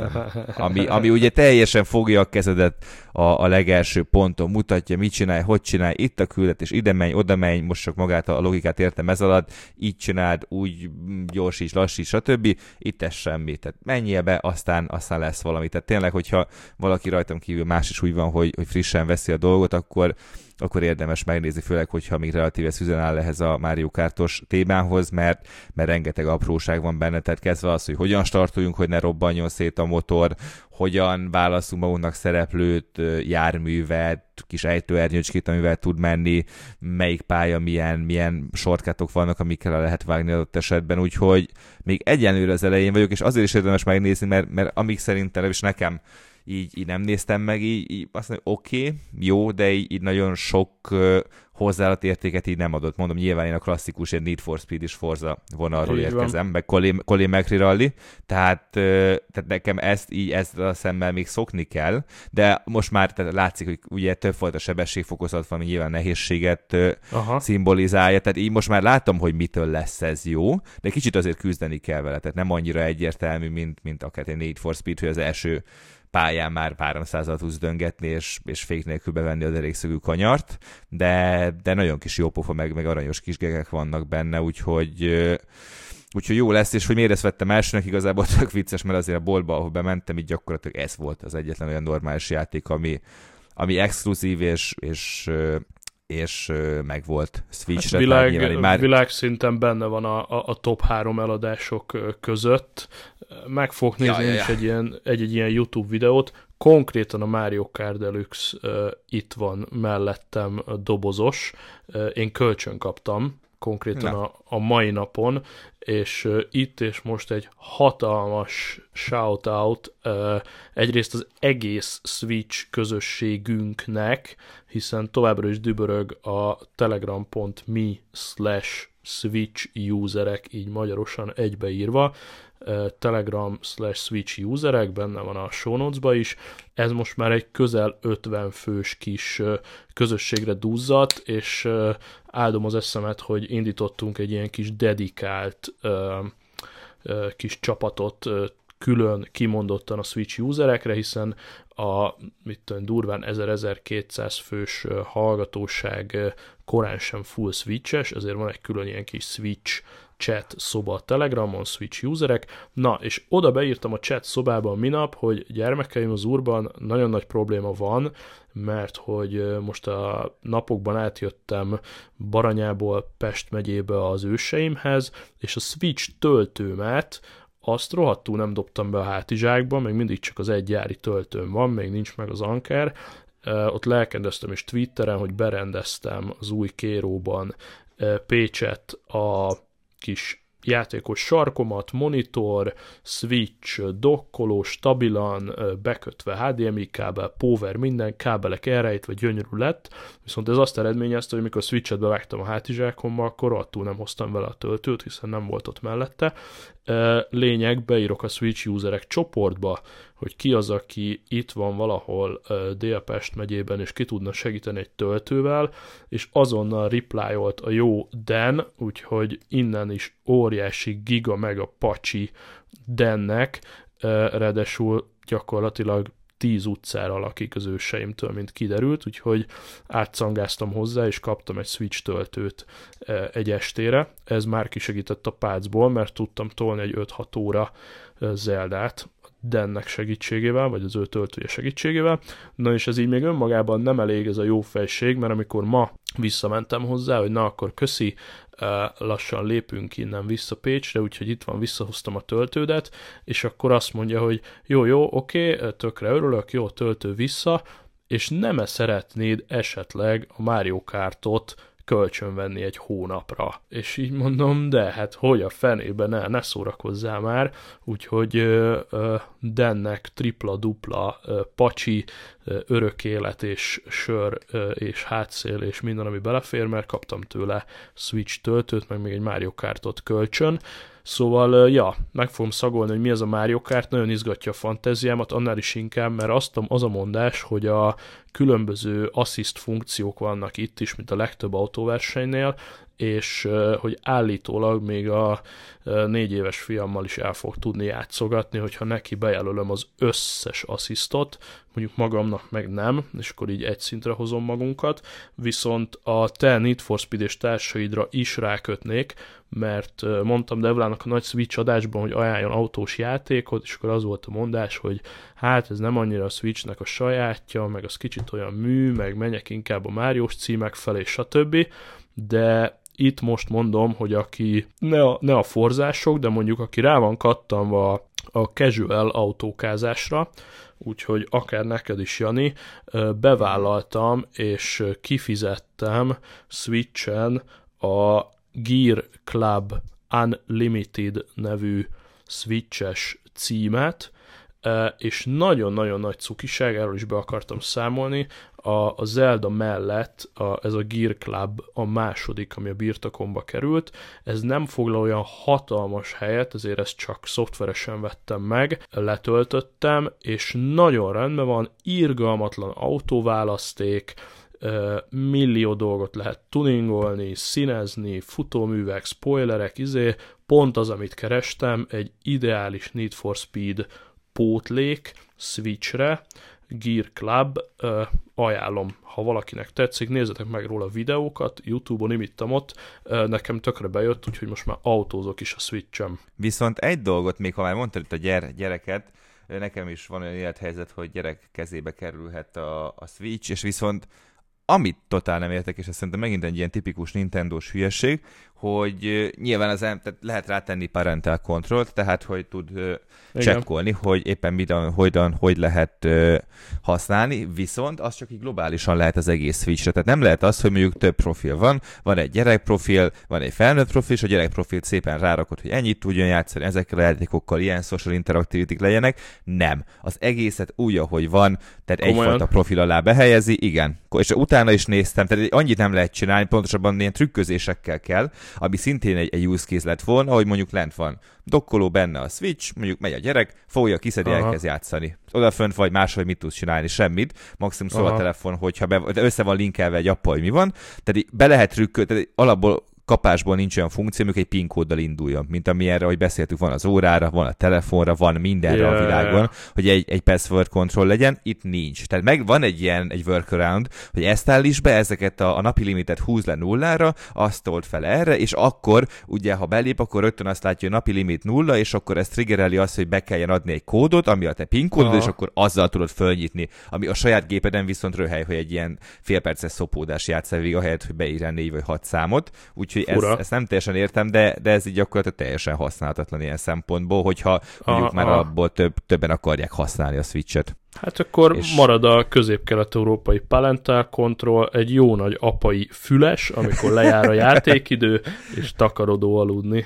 ami, ami ugye teljesen fogja a kezedet a, a legelső ponton, mutatja, mit csinálj, hogy csinálj, itt a küldetés, ide menj, oda menj, most csak magát a logikát értem ez alatt, így csináld, úgy gyorsíts, lassíts, stb. Itt ez semmi, tehát menjél be, aztán, aztán lesz valami. Tehát tényleg, hogyha valaki rajtam kívül más is úgy van, hogy, hogy frissen veszi a dolgot, akkor akkor érdemes megnézni, főleg, hogyha még relatíve szüzen áll ehhez a Mario Kartos témához, mert, mert rengeteg apróság van benne, tehát kezdve az, hogy hogyan startuljunk, hogy ne robbanjon szét a motor, hogyan válaszunk magunknak szereplőt, járművet, kis ejtőernyőcskét, amivel tud menni, melyik pálya, milyen, milyen shortcutok vannak, amikkel le lehet vágni adott esetben, úgyhogy még egyenlőre az elején vagyok, és azért is érdemes megnézni, mert, mert amíg szerintem, és nekem így, így nem néztem meg, így, így azt mondom, oké, okay, jó, de így, így nagyon sok uh, hozzáadott értéket így nem adott. Mondom, nyilván én a klasszikus, egy Need for Speed és Forza vonalról így érkezem, van. Meg Colin, Colin McRae Rally, tehát, uh, tehát nekem ezt így ezzel a szemmel még szokni kell, de most már tehát látszik, hogy ugye többfajta sebességfokozat van, nyilván nehézséget uh, szimbolizálja, tehát így most már látom, hogy mitől lesz ez jó, de kicsit azért küzdeni kell vele, tehát nem annyira egyértelmű, mint, mint akár egy Need for Speed, hogy az első pályán már háromszázal tudsz döngetni, és, és fék nélkül bevenni az elégszögű kanyart, de, de nagyon kis jó pofa, meg, meg aranyos kis gegek vannak benne, úgyhogy, úgyhogy jó lesz, és hogy miért ezt vettem elsőnek, igazából tök vicces, mert azért a boltba, ahol bementem, így gyakorlatilag ez volt az egyetlen olyan normális játék, ami, ami exkluzív, és, és és meg volt Switch-re. Hát világ, már... Világszinten benne van a, a, a top három eladások között. Meg fogok nézni ja, ja, ja. is egy ilyen, egy, egy ilyen YouTube videót. Konkrétan a Mario Kart Deluxe uh, itt van mellettem dobozos. Uh, én kölcsön kaptam konkrétan a, a mai napon, és uh, itt és most egy hatalmas shout-out uh, egyrészt az egész Switch közösségünknek, hiszen továbbra is dübörög a telegram.me slash switch userek, így magyarosan egybeírva, Telegram slash Switch userek, benne van a show notes-ba is. Ez most már egy közel ötven fős kis közösségre duzzadt, és áldom az eszemet, hogy indítottunk egy ilyen kis dedikált kis csapatot külön kimondottan a Switch userekre, hiszen a mit tudom, durván ezer-ezerkétszáz fős hallgatóság korán sem full Switches, ezért van egy külön ilyen kis Switch chat szoba a Telegramon, Switch userek. Na, és oda beírtam a chat szobában minap, hogy gyermekeim, az úrban nagyon nagy probléma van, mert hogy most a napokban átjöttem Baranyából Pest megyébe az őseimhez, és a Switch töltőmet azt rohadtul nem dobtam be a hátizsákba, meg mindig csak az egy gyári töltőm van, még nincs meg az Anker. Uh, ott lelkendeztem is Twitteren, hogy berendeztem az új Kéróban uh, Pécset a kis játékos sarkomat, monitor, switch, dokkoló, stabilan, bekötve há dé em i kábel, power, minden kábelek elrejtve gyönyörű lett, viszont ez azt eredményezte, hogy mikor a switchet bevágtam a hátizsákomba, akkor attól nem hoztam vele a töltőt, hiszen nem volt ott mellette. Lényeg, beírok a Switch userek csoportba, hogy ki az, aki itt van valahol Dél-Pest megyében, és ki tudna segíteni egy töltővel, és azonnal reply-olt a jó Dan, úgyhogy innen is óriási giga meg a pacsi Dannek, ráadásul gyakorlatilag tíz utcára lakik az őseimtől, mint kiderült, úgyhogy átszangáztam hozzá, és kaptam egy Switch töltőt egy estére. Ez már kisegített a pácból, mert tudtam tolni egy öt-hat óra Zeldát Dennek segítségével, vagy az ő töltője segítségével. Na és ez így még önmagában nem elég, ez a jó fejség, mert amikor ma visszamentem hozzá, hogy na akkor köszi, lassan lépünk innen vissza Pécsre, úgyhogy itt van, visszahoztam a töltődet, és akkor azt mondja, hogy jó, jó, oké, tökre örülök, jó, töltő vissza, és nem-e szeretnéd esetleg a Mario Kartot kölcsönvenni egy hónapra. És így mondom, de hát hogy a fenében, ne, ne szórakozzál már, úgyhogy ö, ö, Dennek tripla-dupla ö, pacsi, ö, örök élet és sör ö, és hátszél és minden, ami belefér, mert kaptam tőle Switch töltőt, meg még egy Mario Kartot kölcsön. Szóval, ja, meg fogom szagolni, hogy mi ez a Mario Kart, nagyon izgatja a fantáziámat, annál is inkább, mert azt az a mondás, hogy a különböző assist funkciók vannak itt is, mint a legtöbb autóversenynél, és hogy állítólag még a négy éves fiammal is el fog tudni játszogatni, hogyha neki bejelölöm az összes asszisztot, mondjuk magamnak meg nem, és akkor így egy szintre hozom magunkat, viszont a te Need for Speed és társaidra is rákötnék, mert mondtam Devlának a nagy Switch adásban, hogy ajánljon autós játékot, és akkor az volt a mondás, hogy hát ez nem annyira a Switchnek a sajátja, meg az kicsit olyan mű, meg menjek inkább a Máriós címek felé, stb. De itt most mondom, hogy aki ne a, ne a forzások, de mondjuk aki rá van kattanva a casual autókázásra, úgyhogy akár neked is, Jani, bevállaltam és kifizettem Switchen a Gear Club Unlimited nevű Switches címet, és nagyon-nagyon nagy cukiság, erről is be akartam számolni, a, a Zelda mellett a, ez a Gear Club a második, ami a birtokomba került, ez nem foglal olyan hatalmas helyet, ezért ezt csak szoftveresen vettem meg, letöltöttem, és nagyon rendben van, irgalmatlan autóválaszték, millió dolgot lehet tuningolni, színezni, futóművek, spoilerek, izé, pont az, amit kerestem, egy ideális Need for Speed pótlék Switchre, Gear Club, uh, ajánlom, ha valakinek tetszik, nézzetek meg róla videókat, YouTube-on imittem ott, uh, nekem tökre bejött, úgyhogy most már autózok is a Switch-em. Viszont egy dolgot, még ha már mondtad itt a gyere, gyereket, nekem is van olyan élethelyzet, hogy gyerek kezébe kerülhet a, a Switch, és viszont amit totál nem értek, és ez szerintem megint egy ilyen tipikus Nintendós hülyeség, hogy nyilván az tehát lehet rátenni parental control-t, tehát hogy tud uh, csekkolni, hogy éppen midan, hogyan, hogy lehet uh, használni, viszont az csak így globálisan lehet az egész Switchre. Tehát nem lehet az, hogy mondjuk több profil van, van egy gyerekprofil, van egy felnőtt profil, és a gyerekprofilt szépen rárakod, hogy ennyit tudjon játszani ezekkel a játékokkal, ilyen social interactivity legyenek. Nem. Az egészet úgy, ahogy van, tehát komolyan egyfajta profil alá behelyezi, igen. És utána is néztem, tehát annyit nem lehet csinálni, pontosabban ilyen trükközésekkel kell, ami szintén egy, egy use case lett volna, ahogy mondjuk lent van dokkoló benne a Switch, mondjuk megy a gyerek, fogja, kiszedi, elkezd játszani. Odafönt vagy máshogy mit tudsz csinálni, semmit, maximum szól a telefon, hogyha be, össze van linkelve egy appal, hogy mi van, tehát be lehet trükköl, tehát alapból kapásból nincs olyan funkció, amikor egy PIN kóddal induljon, mint amilyenre, ahogy beszéltük, van az órára, van a telefonra, van mindenre yeah. a világon, hogy egy, egy password control legyen, itt nincs. Tehát meg van egy ilyen, egy workaround, hogy ezt állíts be, ezeket a, a napi limitet húz le nullára, azt told fel erre, és akkor, ugye, ha belép, akkor rögtön azt látja, hogy napi limit nulla, és akkor ez triggereli azt, hogy be kelljen adni egy kódot, ami a te PIN kódod, és akkor azzal tudod fölnyitni, ami a saját gépeden viszont röhely, hogy egy ilyen félperces szopódás játsz végig, ahelyett, hogy beírjál négy vagy hat számot. Úgyhogy ezt, ezt nem teljesen értem, de, de ez így gyakorlatilag teljesen használhatatlan ilyen szempontból, hogyha mondjuk már abból több, többen akarják használni a Switch-et. Hát akkor és... marad a közép-kelet-európai parental control, egy jó nagy apai füles, amikor lejár a játékidő, és takarodó aludni.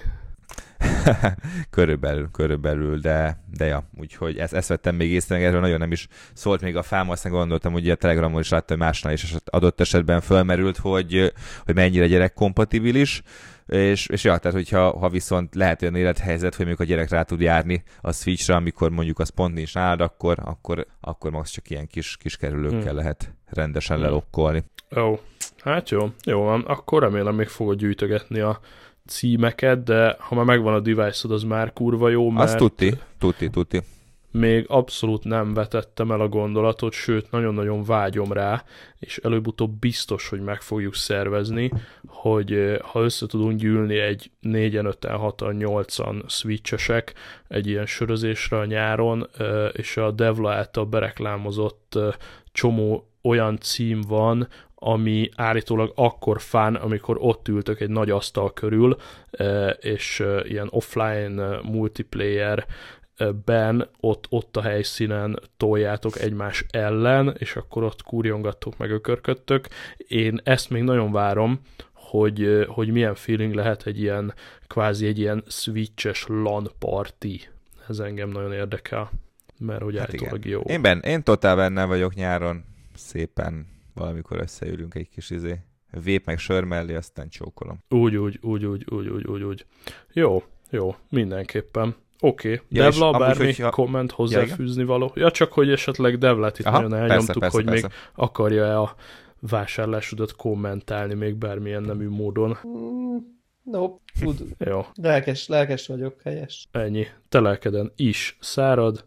körülbelül, körülbelül, de, de ja, úgyhogy ezt, ezt vettem még észre, erről nagyon nem is szólt még a fám, aztán gondoltam, hogy a Telegramon is láttam, hogy másnál is adott esetben fölmerült, hogy, hogy mennyire gyerekkompatibilis, és, és ja, tehát hogyha ha viszont lehet olyan élethelyzet, hogy mondjuk a gyerek rá tud járni a Switchre, amikor mondjuk az pont nincs nálad, akkor, akkor, akkor max csak ilyen kis, kis kerülőkkel hmm. lehet rendesen hmm. lelokkolni. Ó, hát jó, jó van, akkor remélem még fogod gyűjtögetni a címeket, de ha már megvan a device-od, az már kurva jó, mert... Azt tuti, tuti, tuti. Még abszolút nem vetettem el a gondolatot, sőt, nagyon-nagyon vágyom rá, és előbb-utóbb biztos, hogy meg fogjuk szervezni, hogy ha össze tudunk gyűlni egy négyen, öten, hatan, nyolcan switchesek egy ilyen sörözésre a nyáron, és a Devla által bereklámozott csomó olyan cím van, ami állítólag akkor fán, amikor ott ültök egy nagy asztal körül, és ilyen offline multiplayer ben ott, ott a helyszínen toljátok egymás ellen, és akkor ott kurjongattok meg ökörködtök. Én ezt még nagyon várom, hogy, hogy milyen feeling lehet egy ilyen, kvázi egy ilyen switches LAN party. Ez engem nagyon érdekel, mert hogy hát állítólag jó. Én, ben, én totál benne vagyok nyáron, szépen valamikor összeülünk egy kis izé, vép meg sör mellé, aztán csókolom. Úgy, úgy, úgy, úgy, úgy, úgy, úgy, úgy. Jó, jó, mindenképpen. Oké, okay. Ja, Devla, bármi hogyha... komment hozzáfűzni ja, való? Ja, csak hogy esetleg Devlát itt Aha, nagyon elnyomtuk, persze, persze, hogy persze. még akarja-e a vásárlásodat kommentálni még bármilyen nemű módon. Mm, nope, tud. Jó. Lelkes, lelkes vagyok, helyes. Ennyi. Te lelkeden is szárad.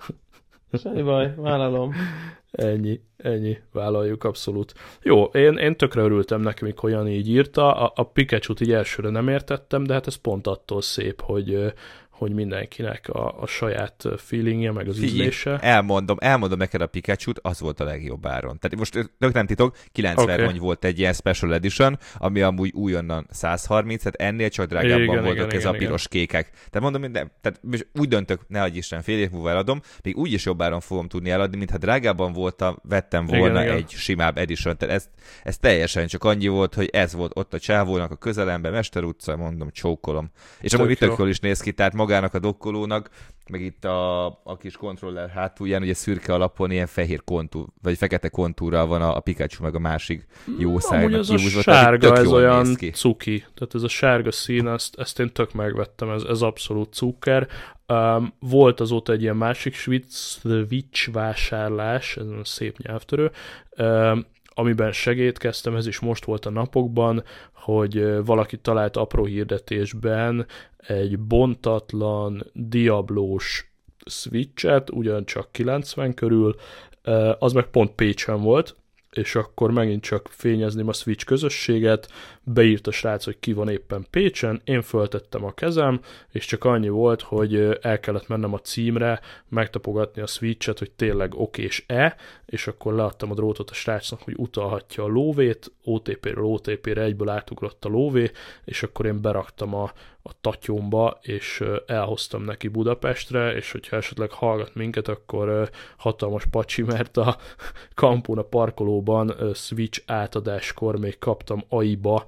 Semmi baj, vállalom. Ennyi, ennyi, vállaljuk abszolút. Jó, én, én tökre örültem neki, mikor Jani így írta, a, a Pikachu-t így elsőre nem értettem, de hát ez pont attól szép, hogy, hogy mindenkinek a, a saját feelingje, meg az ízlése. Elmondom, elmondom neked a Pikachu-t, az volt a legjobb áron. Tehát most tök nem titok, kilencven okay. volt egy ilyen special edition, ami amúgy újonnan száz harminc, tehát ennél csak drágábban igen, voltak igen, ez igen, a piros igen. kékek. Tehát mondom, hogy nem, tehát úgy döntök, ne adj Isten, fél év múlva eladom, még úgyis jobb áron fogom tudni eladni, mintha drágában voltam, vettem volna igen, egy igen. simább edition. Tehát ez, ez teljesen csak annyi volt, hogy ez volt ott a csávónak a közelemben, Mester utca, mondom, csókolom. És amúgy itt tök jól is néz ki, tehát magának a dokkolónak, meg itt a, a kis kontroller hátulján, ugye szürke alapon ilyen fehér kontúr, vagy fekete kontúrral van a, a Pikachu, meg a másik jószágnak amúgy ez a sárga, ez olyan cuki. Tehát ez a sárga szín, ezt, ezt én tök megvettem, ez, ez abszolút cukker. Um, volt azóta egy ilyen másik Switch vásárlás, ez szép nyelvtörő, um, amiben segítkeztem, ez is most volt a napokban, hogy valaki talált apró hirdetésben egy bontatlan, diablós Switchet, ugyancsak kilencven körül, az meg pont Pécsen volt, és akkor megint csak fényezném a Switch közösséget, beírt a srác, hogy ki van éppen Pécsen, én föltettem a kezem, és csak annyi volt, hogy el kellett mennem a címre, megtapogatni a Switchet, hogy tényleg okés-e, és akkor leadtam a drótot a srácnak, hogy utalhatja a lóvét, o té pé-ről o té pé-re egyből átugrott a lóvé, és akkor én beraktam a, a tatyomba, és elhoztam neki Budapestre, és hogyha esetleg hallgat minket, akkor hatalmas pacsi, mert a kampón a parkolóban Switch átadáskor még kaptam á i ba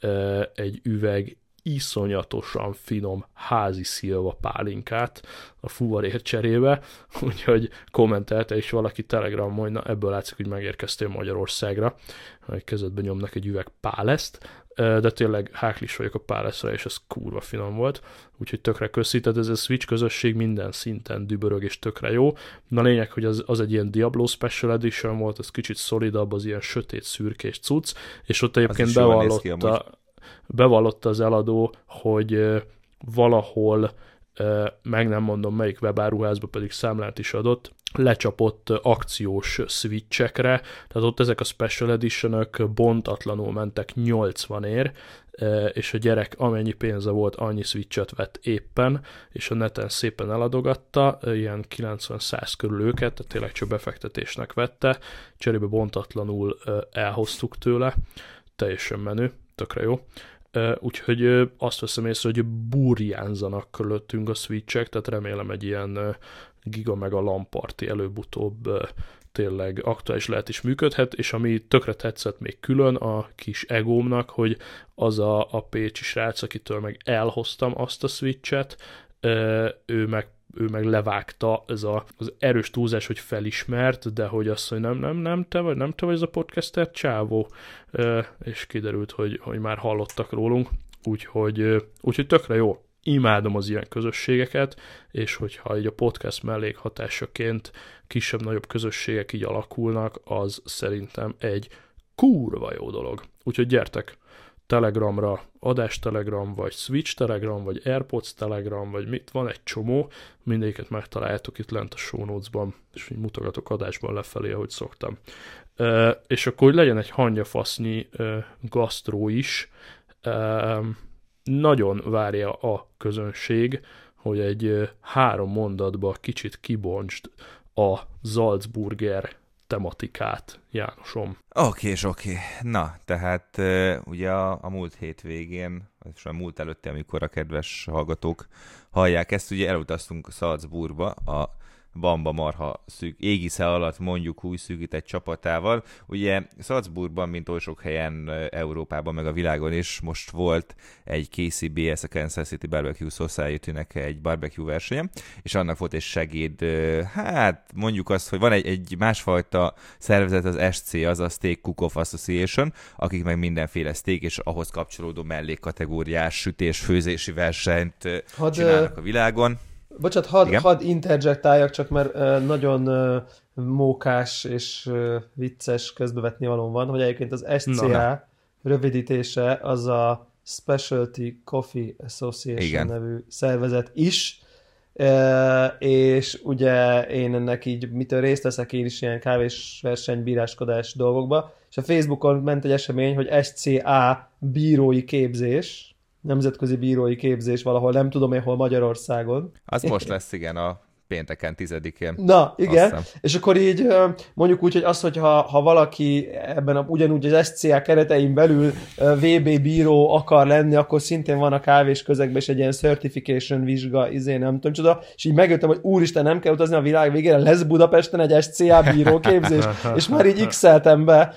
egy üveg iszonyatosan finom házi szilva pálinkát a fuvarér cserébe, úgyhogy kommentelte is valaki Telegramon, hogy na ebből látszik, hogy megérkeztél Magyarországra, hogy kezedbe nyomnak egy üveg páleszt, de tényleg háklis vagyok a páleszre, és ez kurva finom volt, úgyhogy tökre köszi, tehát ez a Switch közösség minden szinten dübörög, és tökre jó. Na lényeg, hogy az, az egy ilyen Diablo Special Edition volt, az kicsit szolidabb, az ilyen sötét szürkés cucc, és ott egyébként bevallotta, bevallotta az eladó, hogy valahol, meg nem mondom melyik webáruházba, pedig számlát is adott, lecsapott akciós switchekre, tehát ott ezek a special editionök bontatlanul mentek nyolcvanért, és a gyerek amennyi pénze volt, annyi switchet vett éppen, és a neten szépen eladogatta, ilyen kilencven-száz körül őket, tehát tényleg csak befektetésnek vette, cserébe bontatlanul elhoztuk tőle, teljesen menő, tökre jó. Úgyhogy azt veszem észre, hogy burjánzanak körülöttünk a switchek, tehát remélem egy ilyen giga meg a LAN party előbb-utóbb tényleg aktuális lehet is működhet, és ami tökre tetszett még külön a kis egómnak, hogy az a, a pécsi srác, akitől meg elhoztam azt a switchet, ő meg ő meg levágta, ez a, az erős túlzás, hogy felismert, de hogy azt, hogy nem, nem, nem te vagy, nem te vagy ez a podcaster csávó, és kiderült, hogy, hogy már hallottak rólunk, úgyhogy, úgyhogy tökre jó. Imádom az ilyen közösségeket, és hogyha így a podcast mellékhatásaként kisebb-nagyobb közösségek így alakulnak, az szerintem egy kurva jó dolog. Úgyhogy gyertek Telegramra, Adás Telegram, vagy Switch Telegram, vagy AirPods Telegram, vagy mit, van egy csomó, mindegyiket megtaláljátok itt lent a show notes-ban, és így mutogatok adásban lefelé, ahogy szoktam. Uh, és akkor, hogy legyen egy hangyafasznyi uh, gasztró is, uh, nagyon várja a közönség, hogy egy uh, három mondatba kicsit kibontsd a Salzburger tematikát, Jánosom. Oké, és oké. Na, tehát uh, ugye a, a múlt hétvégén, vagy a múlt előtti, amikor a kedves hallgatók hallják ezt, ugye elutaztunk Salzburgba a Bamba Marha szűk, égisze alatt mondjuk új szűkített csapatával. Ugye Salzburgban, mint oly sok helyen Európában, meg a világon is most volt egy K C B S, a Kansas City Barbecue Society-nek egy barbecue versenye, és annak volt egy segéd, hát mondjuk azt, hogy van egy, egy másfajta szervezet, az S C, az a Steak Cook-Off Association, akik meg mindenféle steak és ahhoz kapcsolódó mellékkategóriás sütés-főzési versenyt Had, csinálnak a világon. Bocsánat, hadd had interjektáljak, csak mert uh, nagyon uh, mókás és uh, vicces közbevetni valóm van, hogy egyébként az S C A Na. rövidítése az a Specialty Coffee Association Igen. nevű szervezet is, uh, és ugye én ennek így, mitől részt veszek én is ilyen kávés versenybíráskodás dolgokba, és a Facebookon ment egy esemény, hogy S C A bírói képzés, nemzetközi bírói képzés valahol, nem tudom én hol Magyarországon. Az most lesz, igen, a pénteken, tizedikén. Na, igen, és akkor így mondjuk úgy, hogy az, hogyha ha valaki ebben a, ugyanúgy az S C A keretein belül V B bíró akar lenni, akkor szintén van a kávés közegben is egy ilyen certification vizsga, izé nem tudom csoda, és így megjöttem, hogy úristen, nem kell utazni a világ végére, lesz Budapesten egy S C A bíró képzés, és már így x-eltem be,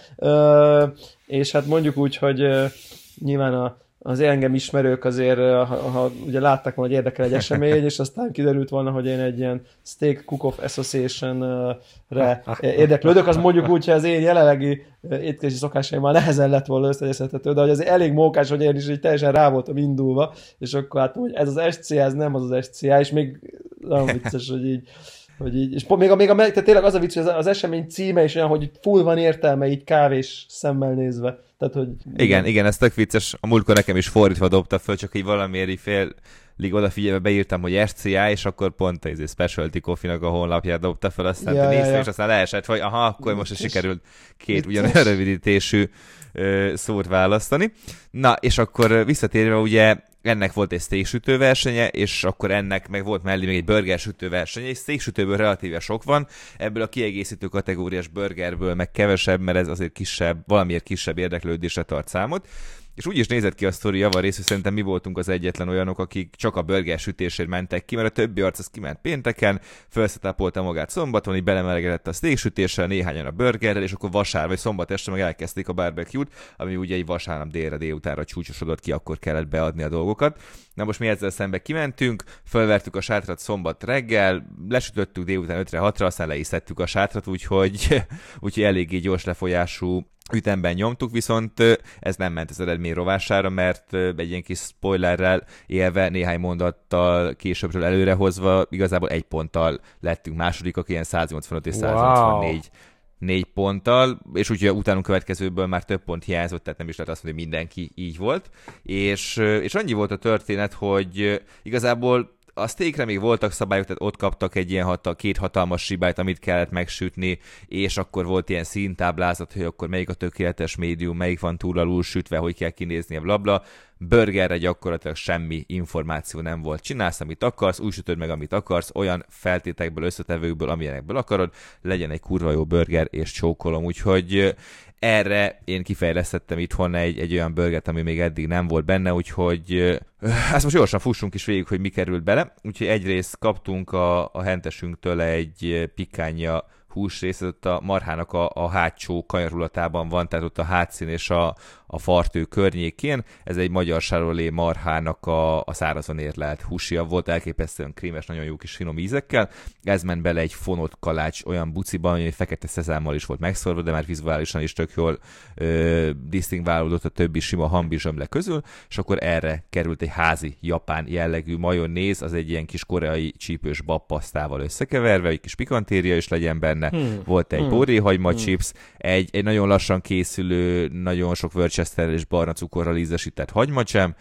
és hát mondjuk úgy, hogy nyilván a az engem ismerők azért, ha, ha ugye látták volna, hogy érdekel egy esemény, és aztán kiderült volna, hogy én egy ilyen Steak Cook-Off Association-re érdeklődök, az mondjuk úgy, hogy az én jelenlegi étkezési szokásaimmal nehezen lett volna összeegyeztethető, de hogy az elég mókás, hogy én is így teljesen rá voltam indulva, és akkor hát, hogy ez az S C A, ez nem az az S C A, és még nagyon vicces, hogy így hogy így, és még a, még a, tehát tényleg az a vicc, hogy az, az esemény címe is olyan, hogy full van értelme így kávés szemmel nézve. Tehát, hogy... Igen, igen, ez tök vicces. A múltkor nekem is fordítva dobta föl, csak így valamiért így félig odafigyelve beírtam, hogy S C A, és akkor pont a Specialty Coffee-nak a honlapját dobta föl, aztán ja, néztem, ja, ja. és aztán leesett, hogy aha, akkor most is sikerült két ugyanolyan rövidítésű ö, szót választani. Na, és akkor visszatérve ugye ennek volt egy steaksütő versenye, és akkor ennek meg volt mellé még egy burger sütő versenye, és steaksütőből relatíve sok van, ebből a kiegészítő kategóriás burgerből meg kevesebb, mert ez azért kisebb, valamiért kisebb érdeklődésre tart számot. És úgy is nézett ki a sztori javarészt, hogy szerintem mi voltunk az egyetlen olyanok, akik csak a burger sütésért mentek ki, mert a többi arc az kiment pénteken, felszetápolta magát szombaton, így belemelegedett a steak sütéssel, néhányan a burgerrel, és akkor vasárnap vagy szombat este meg elkezdték a barbecue-t, ami ugye egy vasárnap délre délutánra csúcsosodott ki, akkor kellett beadni a dolgokat. Na most mi ezzel szembe kimentünk, fölvertük a sátrat szombat reggel, lesütöttük délután ötre hatra, aztán le is szedtük a sátrat, úgyhogy, úgyhogy eléggé gyors lefolyású ütemben nyomtuk, viszont ez nem ment az eredmény rovására, mert egy ilyen kis spoilerrel élve, néhány mondattal későbbről előrehozva, igazából egy ponttal lettünk másodikak, ilyen száznyolcvanöt és száznyolcvannégy négy ponttal, és úgy, utánunk következőből már több pont hiányzott, tehát nem is lehet azt mondani, hogy mindenki így volt. És, és annyi volt a történet, hogy igazából a steakre még voltak szabályok, tehát ott kaptak egy ilyen hatal, két hatalmas sibájt, amit kellett megsütni, és akkor volt ilyen színtáblázat, hogy akkor melyik a tökéletes médium, melyik van túl alul sütve, hogy kell kinéznie, blabla. Burgerre gyakorlatilag semmi információ nem volt. Csinálsz, amit akarsz, úgy sütöd meg, amit akarsz, olyan feltételekből, összetevőkből, amilyenekből akarod, legyen egy kurva jó burger, és csókolom. Úgyhogy erre én kifejlesztettem itthon egy, egy olyan burgert, ami még eddig nem volt benne, úgyhogy ezt most gyorsan fussunk is végig, hogy mi került bele. Úgyhogy egyrészt kaptunk a, a hentesünktől egy pikánya húsrészet, ott a marhának a, a hátsó kanyarulatában van, tehát ott a hátszín és a, a fartő környékén. Ez egy magyar sárolé marhának a, a szárazon érlelt húsia volt, elképesztően krémes, nagyon jó kis finom ízekkel. Ez ment bele egy fonott kalács olyan buciban, hogy fekete szezámmal is volt megszorva, de már vizuálisan is tök jól ö, disztingválódott a többi sima hambizsömle közül, és akkor erre került egy házi japán jellegű majonéz, az egy ilyen kis koreai csípős babpasztával összekeverve, egy kis pikantéria is legyen benne, hmm. volt egy hmm. boréhagyma hmm. chips, egy, egy nagyon lassan készülő, nagyon sok Worcesterrel és barna cukorral ízesített hagymacsem,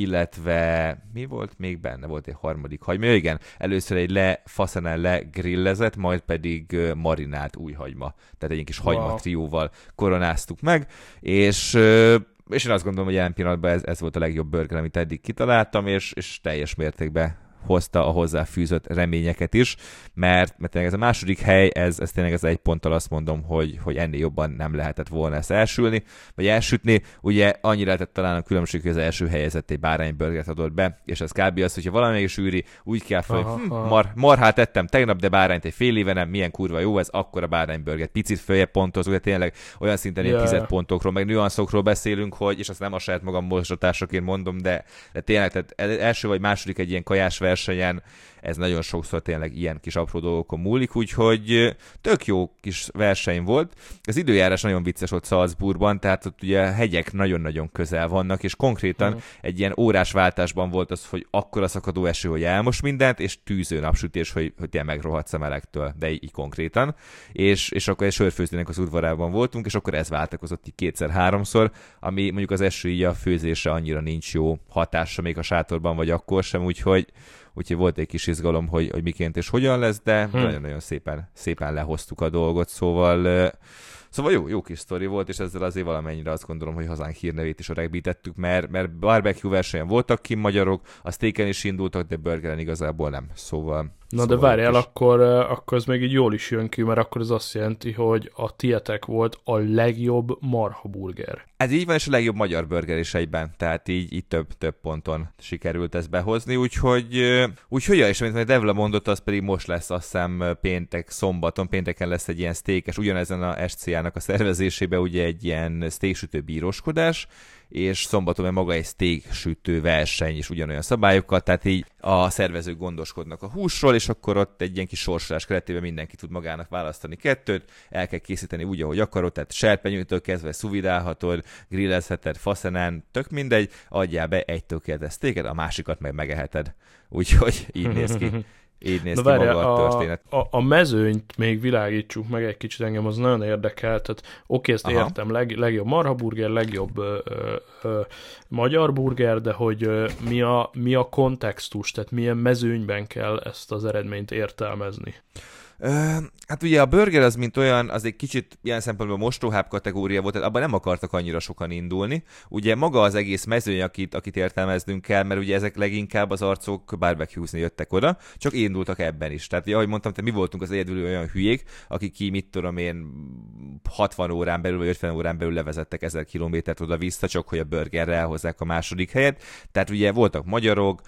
illetve mi volt még benne? Volt egy harmadik hagyma. Ja, igen, először egy le faszenel le grillezett, majd pedig marinált új hagyma. Tehát egy kis hagyma wow. trióval koronáztuk meg, és és én azt gondolom, hogy jelen pillanatban ez, ez volt a legjobb burger, amit eddig kitaláltam, és, és teljes mértékben hozta a hozzáfűzött reményeket is, mert, mert tényleg ez a második hely, ez, ez tényleg ez egy ponttal azt mondom, hogy, hogy ennél jobban nem lehetett volna ezt elsülni, vagy elsütni. Ugye annyira lehetett talán a különbség, hogy az első helyezett egy bárányburgert adott be, és ez kb. Az, hogyha valamelyik zsűri úgy kell fel, hogy hm, mar, marhát ettem tegnap, de bárányt egy fél éve nem, milyen kurva jó ez, akkor a bárányburgert picit följebb pontozunk, de tényleg olyan szinten yeah. ilyen tizedpontokról, meg nüanszokról beszélünk, hogy, és azt nem a saját magam mozgatásaként mondom, de, de tényleg, tehát első vagy második egy ilyen kajás versenyen, ez nagyon sokszor tényleg ilyen kis apró dolgokon múlik, úgyhogy tök jó kis verseny volt. Az időjárás nagyon vicces ott Salzburgban, tehát ott ugye hegyek nagyon-nagyon közel vannak, és konkrétan uh-huh. egy ilyen órás váltásban volt az, hogy akkora szakadó eső, hogy elmos mindent, és tűző napsütés, hogy, hogy tényleg megrohadsz a melegtől, de így, így konkrétan. És, és akkor egy sörfőzőnek az udvarában voltunk, és akkor ez váltakozott így kétszer-háromszor, ami mondjuk az eső így a főzésre annyira nincs jó hatása még a sátorban, vagy akkor sem, úgyhogy úgyhogy volt egy kis izgalom, hogy, hogy miként és hogyan lesz, de hm. nagyon-nagyon szépen, szépen lehoztuk a dolgot, szóval, szóval jó, jó kis sztori volt, és ezzel azért valamennyire azt gondolom, hogy hazánk hírnevét is öregbítettük, mert, mert barbecue versenyen voltak ki magyarok, a steaken is indultak, de burgeren igazából nem, szóval... Na szóval de várjál, akkor, akkor ez még így jól is jön ki, mert akkor ez azt jelenti, hogy a tietek volt a legjobb marha burger. Ez így van, és a legjobb magyar burger is egyben, tehát így, így több, több ponton sikerült ezt behozni, úgyhogy, úgyhogy ja, és amit majd Devla mondott, az pedig most lesz, azt hiszem péntek, szombaton, pénteken lesz egy ilyen steakes, ugyanezen a es cé á-nak a szervezésében ugye egy ilyen steaksütő bíróskodás, és szombaton maga egy steak sütő verseny is ugyanolyan szabályokkal, tehát így a szervezők gondoskodnak a húsról, és akkor ott egy ilyen kis sorsolás keretében mindenki tud magának választani kettőt, el kell készíteni úgy, ahogy akarod, tehát serpenyőtől kezdve szuvidálhatod, grillezheted, faszenán, tök mindegy, adjál be egy tökéletes steaket, a másikat meg megeheted. Úgyhogy így néz ki. Így néz ki várjá, maga a történet. A, a, a mezőnyt még világítsuk meg egy kicsit, engem az nagyon érdekel, tehát oké, ezt Aha. értem, leg, legjobb marhaburger, legjobb ö, ö, ö, magyar burger, de hogy ö, mi, a, mi a kontextus, tehát milyen mezőnyben kell ezt az eredményt értelmezni? Uh, hát ugye a burger az, mint olyan, az egy kicsit ilyen szempontból mostóhább kategória volt, tehát abban nem akartak annyira sokan indulni. Ugye maga az egész mezőny, akit, akit értelmeznünk kell, mert ugye ezek leginkább az arcok barbecue-zni jöttek oda, csak indultak ebben is. Tehát, ahogy mondtam, te mi voltunk az egyedül olyan hülyék, akik ki, mit tudom én, hatvan órán belül, vagy ötven órán belül levezettek ezer kilométert oda-vissza, csak hogy a burgerre elhozzák a második helyet. Tehát ugye voltak magyarok,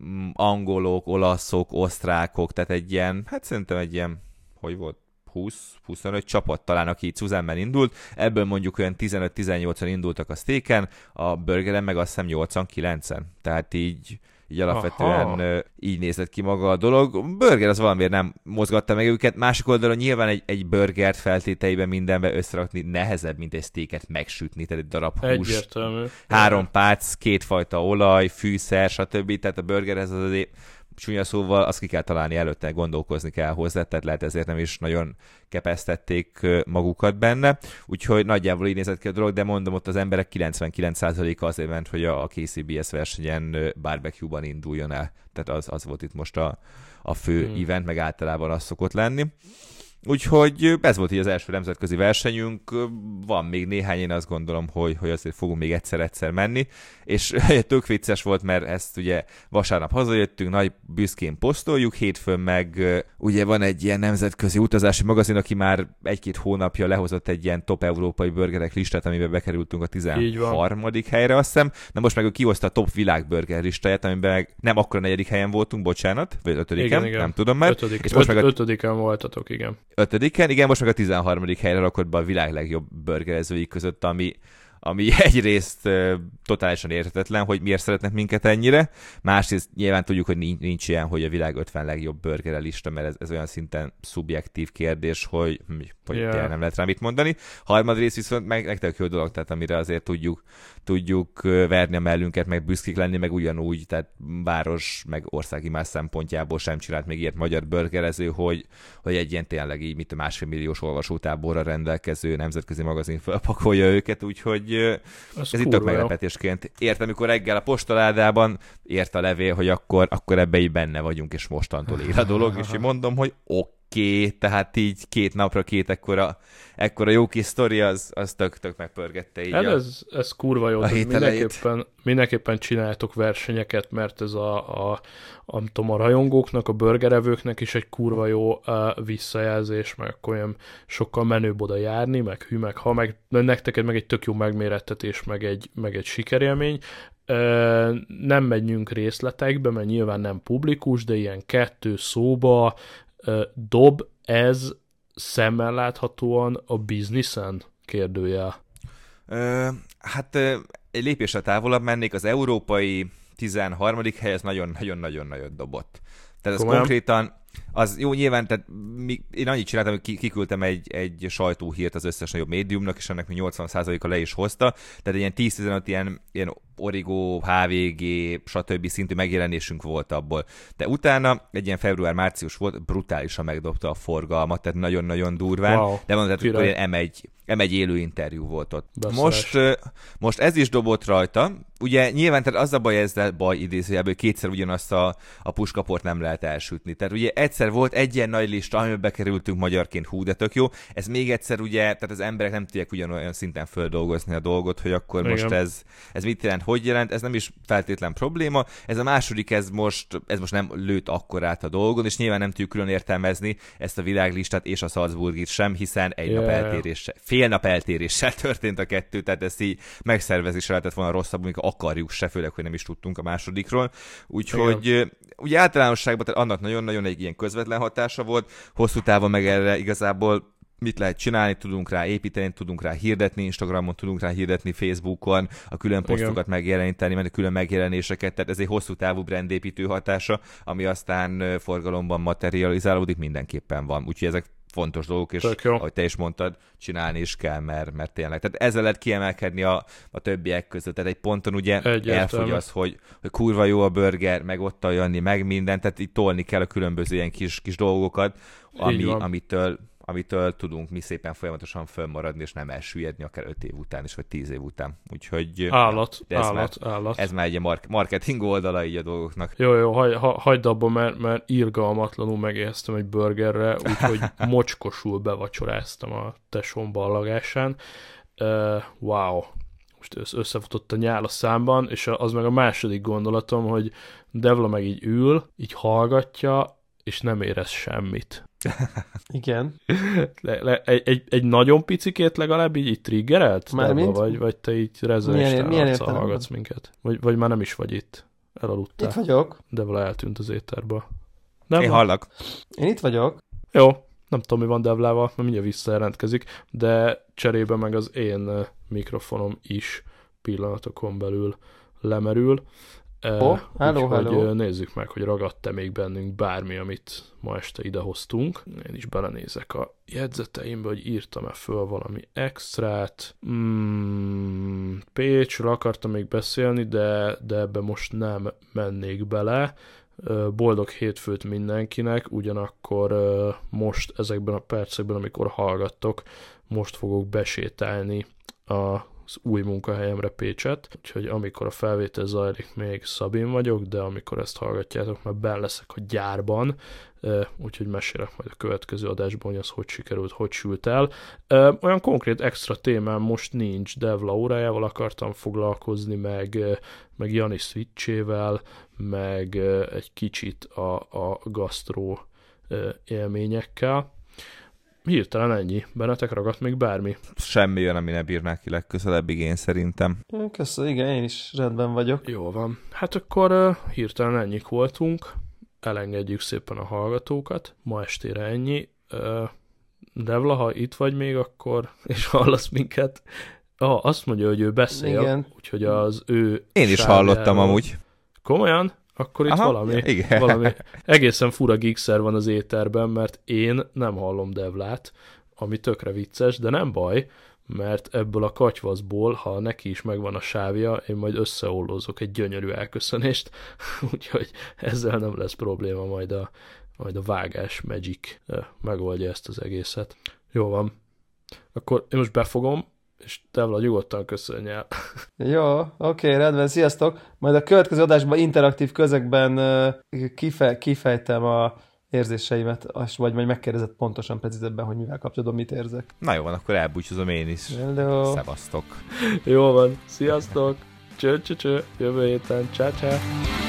angolok, olaszok, osztrákok, tehát egy ilyen, hát szerintem egy ilyen, hogy volt, húsz-huszonöt csapat talán, aki itt Szuzánben indult, ebből mondjuk olyan tizenöt-tizennyolcan indultak a steaken, a burgeren meg azt hiszem nyolcan-kilencen, tehát így, így alapvetően Aha. így nézett ki maga a dolog. A burger az valamiért nem mozgatta meg őket, másik oldalon nyilván egy, egy burgert feltételeiben mindenbe összerakni nehezebb, mint egy steaket megsütni, tehát egy darab hús, Egyértelmű. három pác, kétfajta olaj, fűszer, stb. Tehát a burgerhez az azért csúnya szóval, azt ki kell találni előtte, gondolkozni kell hozzá, tehát lehet ezért nem is nagyon kepesztették magukat benne, úgyhogy nagyjából így nézett ki a dolog, de mondom, ott az emberek kilencvenkilenc százaléka azért ment, hogy a K C B S versenyen barbecue-ban induljon el, tehát az, az volt itt most a, a fő hmm. event, meg általában az szokott lenni. Úgyhogy ez volt így az első nemzetközi versenyünk, van még néhány, én azt gondolom, hogy, hogy azért fogunk még egyszer-egyszer menni, és tök vicces volt, mert ezt ugye vasárnap hazajöttünk, nagy büszkén posztoljuk, hétfőn meg ugye van egy ilyen nemzetközi utazási magazin, aki már egy-két hónapja lehozott egy ilyen top európai burgerek listát, amiben bekerültünk a tizenharmadik helyre, azt hiszem. Na most meg ő kihozta a top világburger listáját, amiben meg nem akkor a negyedik helyen voltunk, bocsánat, vagy ötödiken, igen, igen. nem tudom már. Ötödik, és most öt, meg a... Ötödiken voltatok, igen. Ötödiken, igen, most meg a tizenharmadik helyre rakott be a világ legjobb burgerezői között, ami, ami egyrészt uh, totálisan érthetetlen, hogy miért szeretnek minket ennyire, másrészt nyilván tudjuk, hogy nincs, nincs ilyen, hogy a világ ötven legjobb burger lista, mert ez, ez olyan szinten szubjektív kérdés, hogy, hogy yeah. nem lehet rá mit mondani. Harmadrészt viszont meg nektek jó dolog, tehát amire azért tudjuk, tudjuk verni a mellünket, meg büszkék lenni, meg ugyanúgy, tehát város, meg országimás szempontjából sem csinált még ilyet magyar burgerező, hogy, hogy egy ilyen tényleg így, mint a másfél milliós olvasótáborra rendelkező nemzetközi magazin felpakolja őket, úgyhogy ez, ez itt tök meglepetésként ért, amikor reggel a postaládában ért a levél, hogy akkor, akkor ebbe így benne vagyunk, és mostantól ér a dolog, és én mondom, hogy oké, okay, tehát így két napra két ekkora, ekkora jó kis sztori, az, az tök, tök megpörgette így hát ez, ez kurva jó, mindenképpen, mindenképpen csináltok versenyeket, mert ez a, a, a, tudom, a rajongóknak, a burgerevőknek is egy kurva jó uh, visszajelzés, meg akkor olyan sokkal menőbb oda járni, meg hű, meg ha, meg nektek meg egy tök jó megmérettetés, meg egy, meg egy sikerélmény. Uh, nem megyünk részletekbe, mert nyilván nem publikus, de ilyen kettő szóba uh, dob ez szemmel láthatóan a bizniszen? Kérdőjel. Uh, hát uh, egy lépésre távolabb mennék, az európai tizenharmadik hely az nagyon-nagyon-nagyon-nagyon dobott. Tehát ez Komolyan? Konkrétan az jó, nyilván, tehát mi, én annyit csináltam, hogy kiküldtem egy, egy sajtóhírt az összes nagyobb médiumnak, és ennek mi nyolcvan százaléka le is hozta, tehát ilyen tíz-tizenöt ilyen, ilyen Origo, há vé gé, stb. Szintű megjelenésünk volt abból. De utána egy ilyen február-március volt, brutálisan megdobta a forgalmat, tehát nagyon-nagyon durván, wow, de mondom, hogy olyan em egy, em egy élő interjú volt ott. Most, most ez is dobott rajta, ugye nyilván tehát az a baj ezzel, baj idézőjelből, hogy kétszer ugyanazt a, a puskaport nem lehet elsütni. Tehát ugye egyszer volt egy ilyen nagy lista, amiben bekerültünk magyarként, hú, de tök jó. Ez még egyszer ugye, tehát az emberek nem tudják ugyanolyan szinten földolgozni a dolgot, hogy akkor igen. most ez, ez mit jelent, hogy jelent, ez nem is feltétlen probléma. Ez a második, ez most, ez most nem lőtt akkorát a dolgon, és nyilván nem tudjuk külön értelmezni ezt a világlistát és a Salzburgit sem, hiszen egy yeah. nap eltéréssel, fél nap eltéréssel történt a kettő, tehát ezt így megszervezni se lehetett volna rosszabb, amikor akarjuk se, főleg, hogy nem is tudtunk a másodikról. Úgyhogy igen. ugye általánosságban tehát annak nagyon-nagyon egy ilyen közvetlen hatása volt, hosszú távon meg erre igazából mit lehet csinálni, tudunk rá építeni, tudunk rá hirdetni, Instagramon tudunk rá hirdetni, Facebookon, a külön posztokat megjeleníteni, mert a külön megjelenéseket, tehát ez egy hosszú távú brandépítő hatása, ami aztán forgalomban materializálódik, mindenképpen van. Úgyhogy ezek fontos dolgok, és ahogy te is mondtad, csinálni is kell, mert, mert tényleg. Tehát ezzel lehet kiemelkedni a, a többiek között. Tehát egy ponton ugye Egyértelmű. elfogy az, hogy, hogy kurva jó a burger, meg ott a jönni, meg minden, tehát itt tolni kell a különböző ilyen kis, kis dolgokat, ami, amitől amitől tudunk mi szépen folyamatosan fönnmaradni, és nem elsüllyedni akár öt év után is, vagy tíz év után. Úgyhogy állat, ez állat, már, állat. Ez már egy mark- marketing oldala így a dolgoknak. Jó, jó, hagy, ha, hagyd abba, mert, mert irgalmatlanul megéheztem egy burgerre, úgyhogy mocskosul bevacsoráztam a tesóm ballagásán. Uh, wow! Most összefutott a nyál a számban, és az meg a második gondolatom, hogy Devla meg így ül, így hallgatja, és nem érez semmit. Igen. Le, le, egy, egy, egy nagyon picikét legalább így, így triggerelt? Mármint? Vagy, vagy te így rezzenéstál hallgatsz minket? Vagy, vagy már nem is vagy itt? Elaludtál? Itt vagyok. Devla eltűnt az étterbe. Nem Én van? hallak. Én itt vagyok. Jó. Nem tudom, mi van Devlával, mert mindjárt visszajelentkezik, de cserébe meg az én mikrofonom is pillanatokon belül lemerül. Oh, hello, Úgyhogy hello. nézzük meg, hogy ragadt-e még bennünk bármi, amit ma este idehoztunk. Én is belenézek a jegyzeteimbe, hogy írtam-e föl valami extrát. Mm, Pécsről akartam még beszélni, de, de ebbe most nem mennék bele. boldog hétfőt mindenkinek, ugyanakkor most ezekben a percekben, amikor hallgattok, most fogok besétálni az új munkahelyemre Pécset, úgyhogy amikor a felvétel zajlik, még Szabin vagyok, de amikor ezt hallgatjátok, már benn leszek a gyárban, úgyhogy mesélek majd a következő adásban, hogy az hogy sikerült, hogy sült el. Olyan konkrét extra témám most nincs, Dev Laurájával akartam foglalkozni, meg, meg Jani Switchével, meg egy kicsit a, a gasztró élményekkel. Hirtelen ennyi. Bennetek ragadt még bármi? Semmi olyan, ami ne bírnák ki legközelebb, én szerintem. Köszönöm, igen, én is rendben vagyok. Jó van. Hát akkor uh, hirtelen ennyik voltunk. Elengedjük szépen a hallgatókat. Ma estére ennyi. Uh, Devla, ha itt vagy még, akkor, és hallasz minket. Ah, azt mondja, hogy ő beszél, igen. Úgyhogy az ő... Én is hallottam amúgy. Komolyan? Akkor itt Aha, valami, igen. valami egészen fura gigszer van az éterben, mert én nem hallom Devlát, ami tökre vicces, de nem baj, mert ebből a katyvaszból, ha neki is megvan a sávja, én majd összeollózok egy gyönyörű elköszönést, úgyhogy ezzel nem lesz probléma, majd a, majd a vágás magic megoldja ezt az egészet. Jó van. Akkor én most befogom, és Devla nyugodtan köszönj el. Jó, oké, okay, rendben, sziasztok! Majd a következő adásban interaktív közegben uh, kife- kifejtem a érzéseimet, vagy majd megkérdezett pontosan, precízebben, hogy mivel kapcsolatban mit érzek. Na jó van, akkor elbúcsúzom én is. Hello. Szevasztok! Jó van, sziasztok! Cső, cső, cső, jövő héten, csá, csá!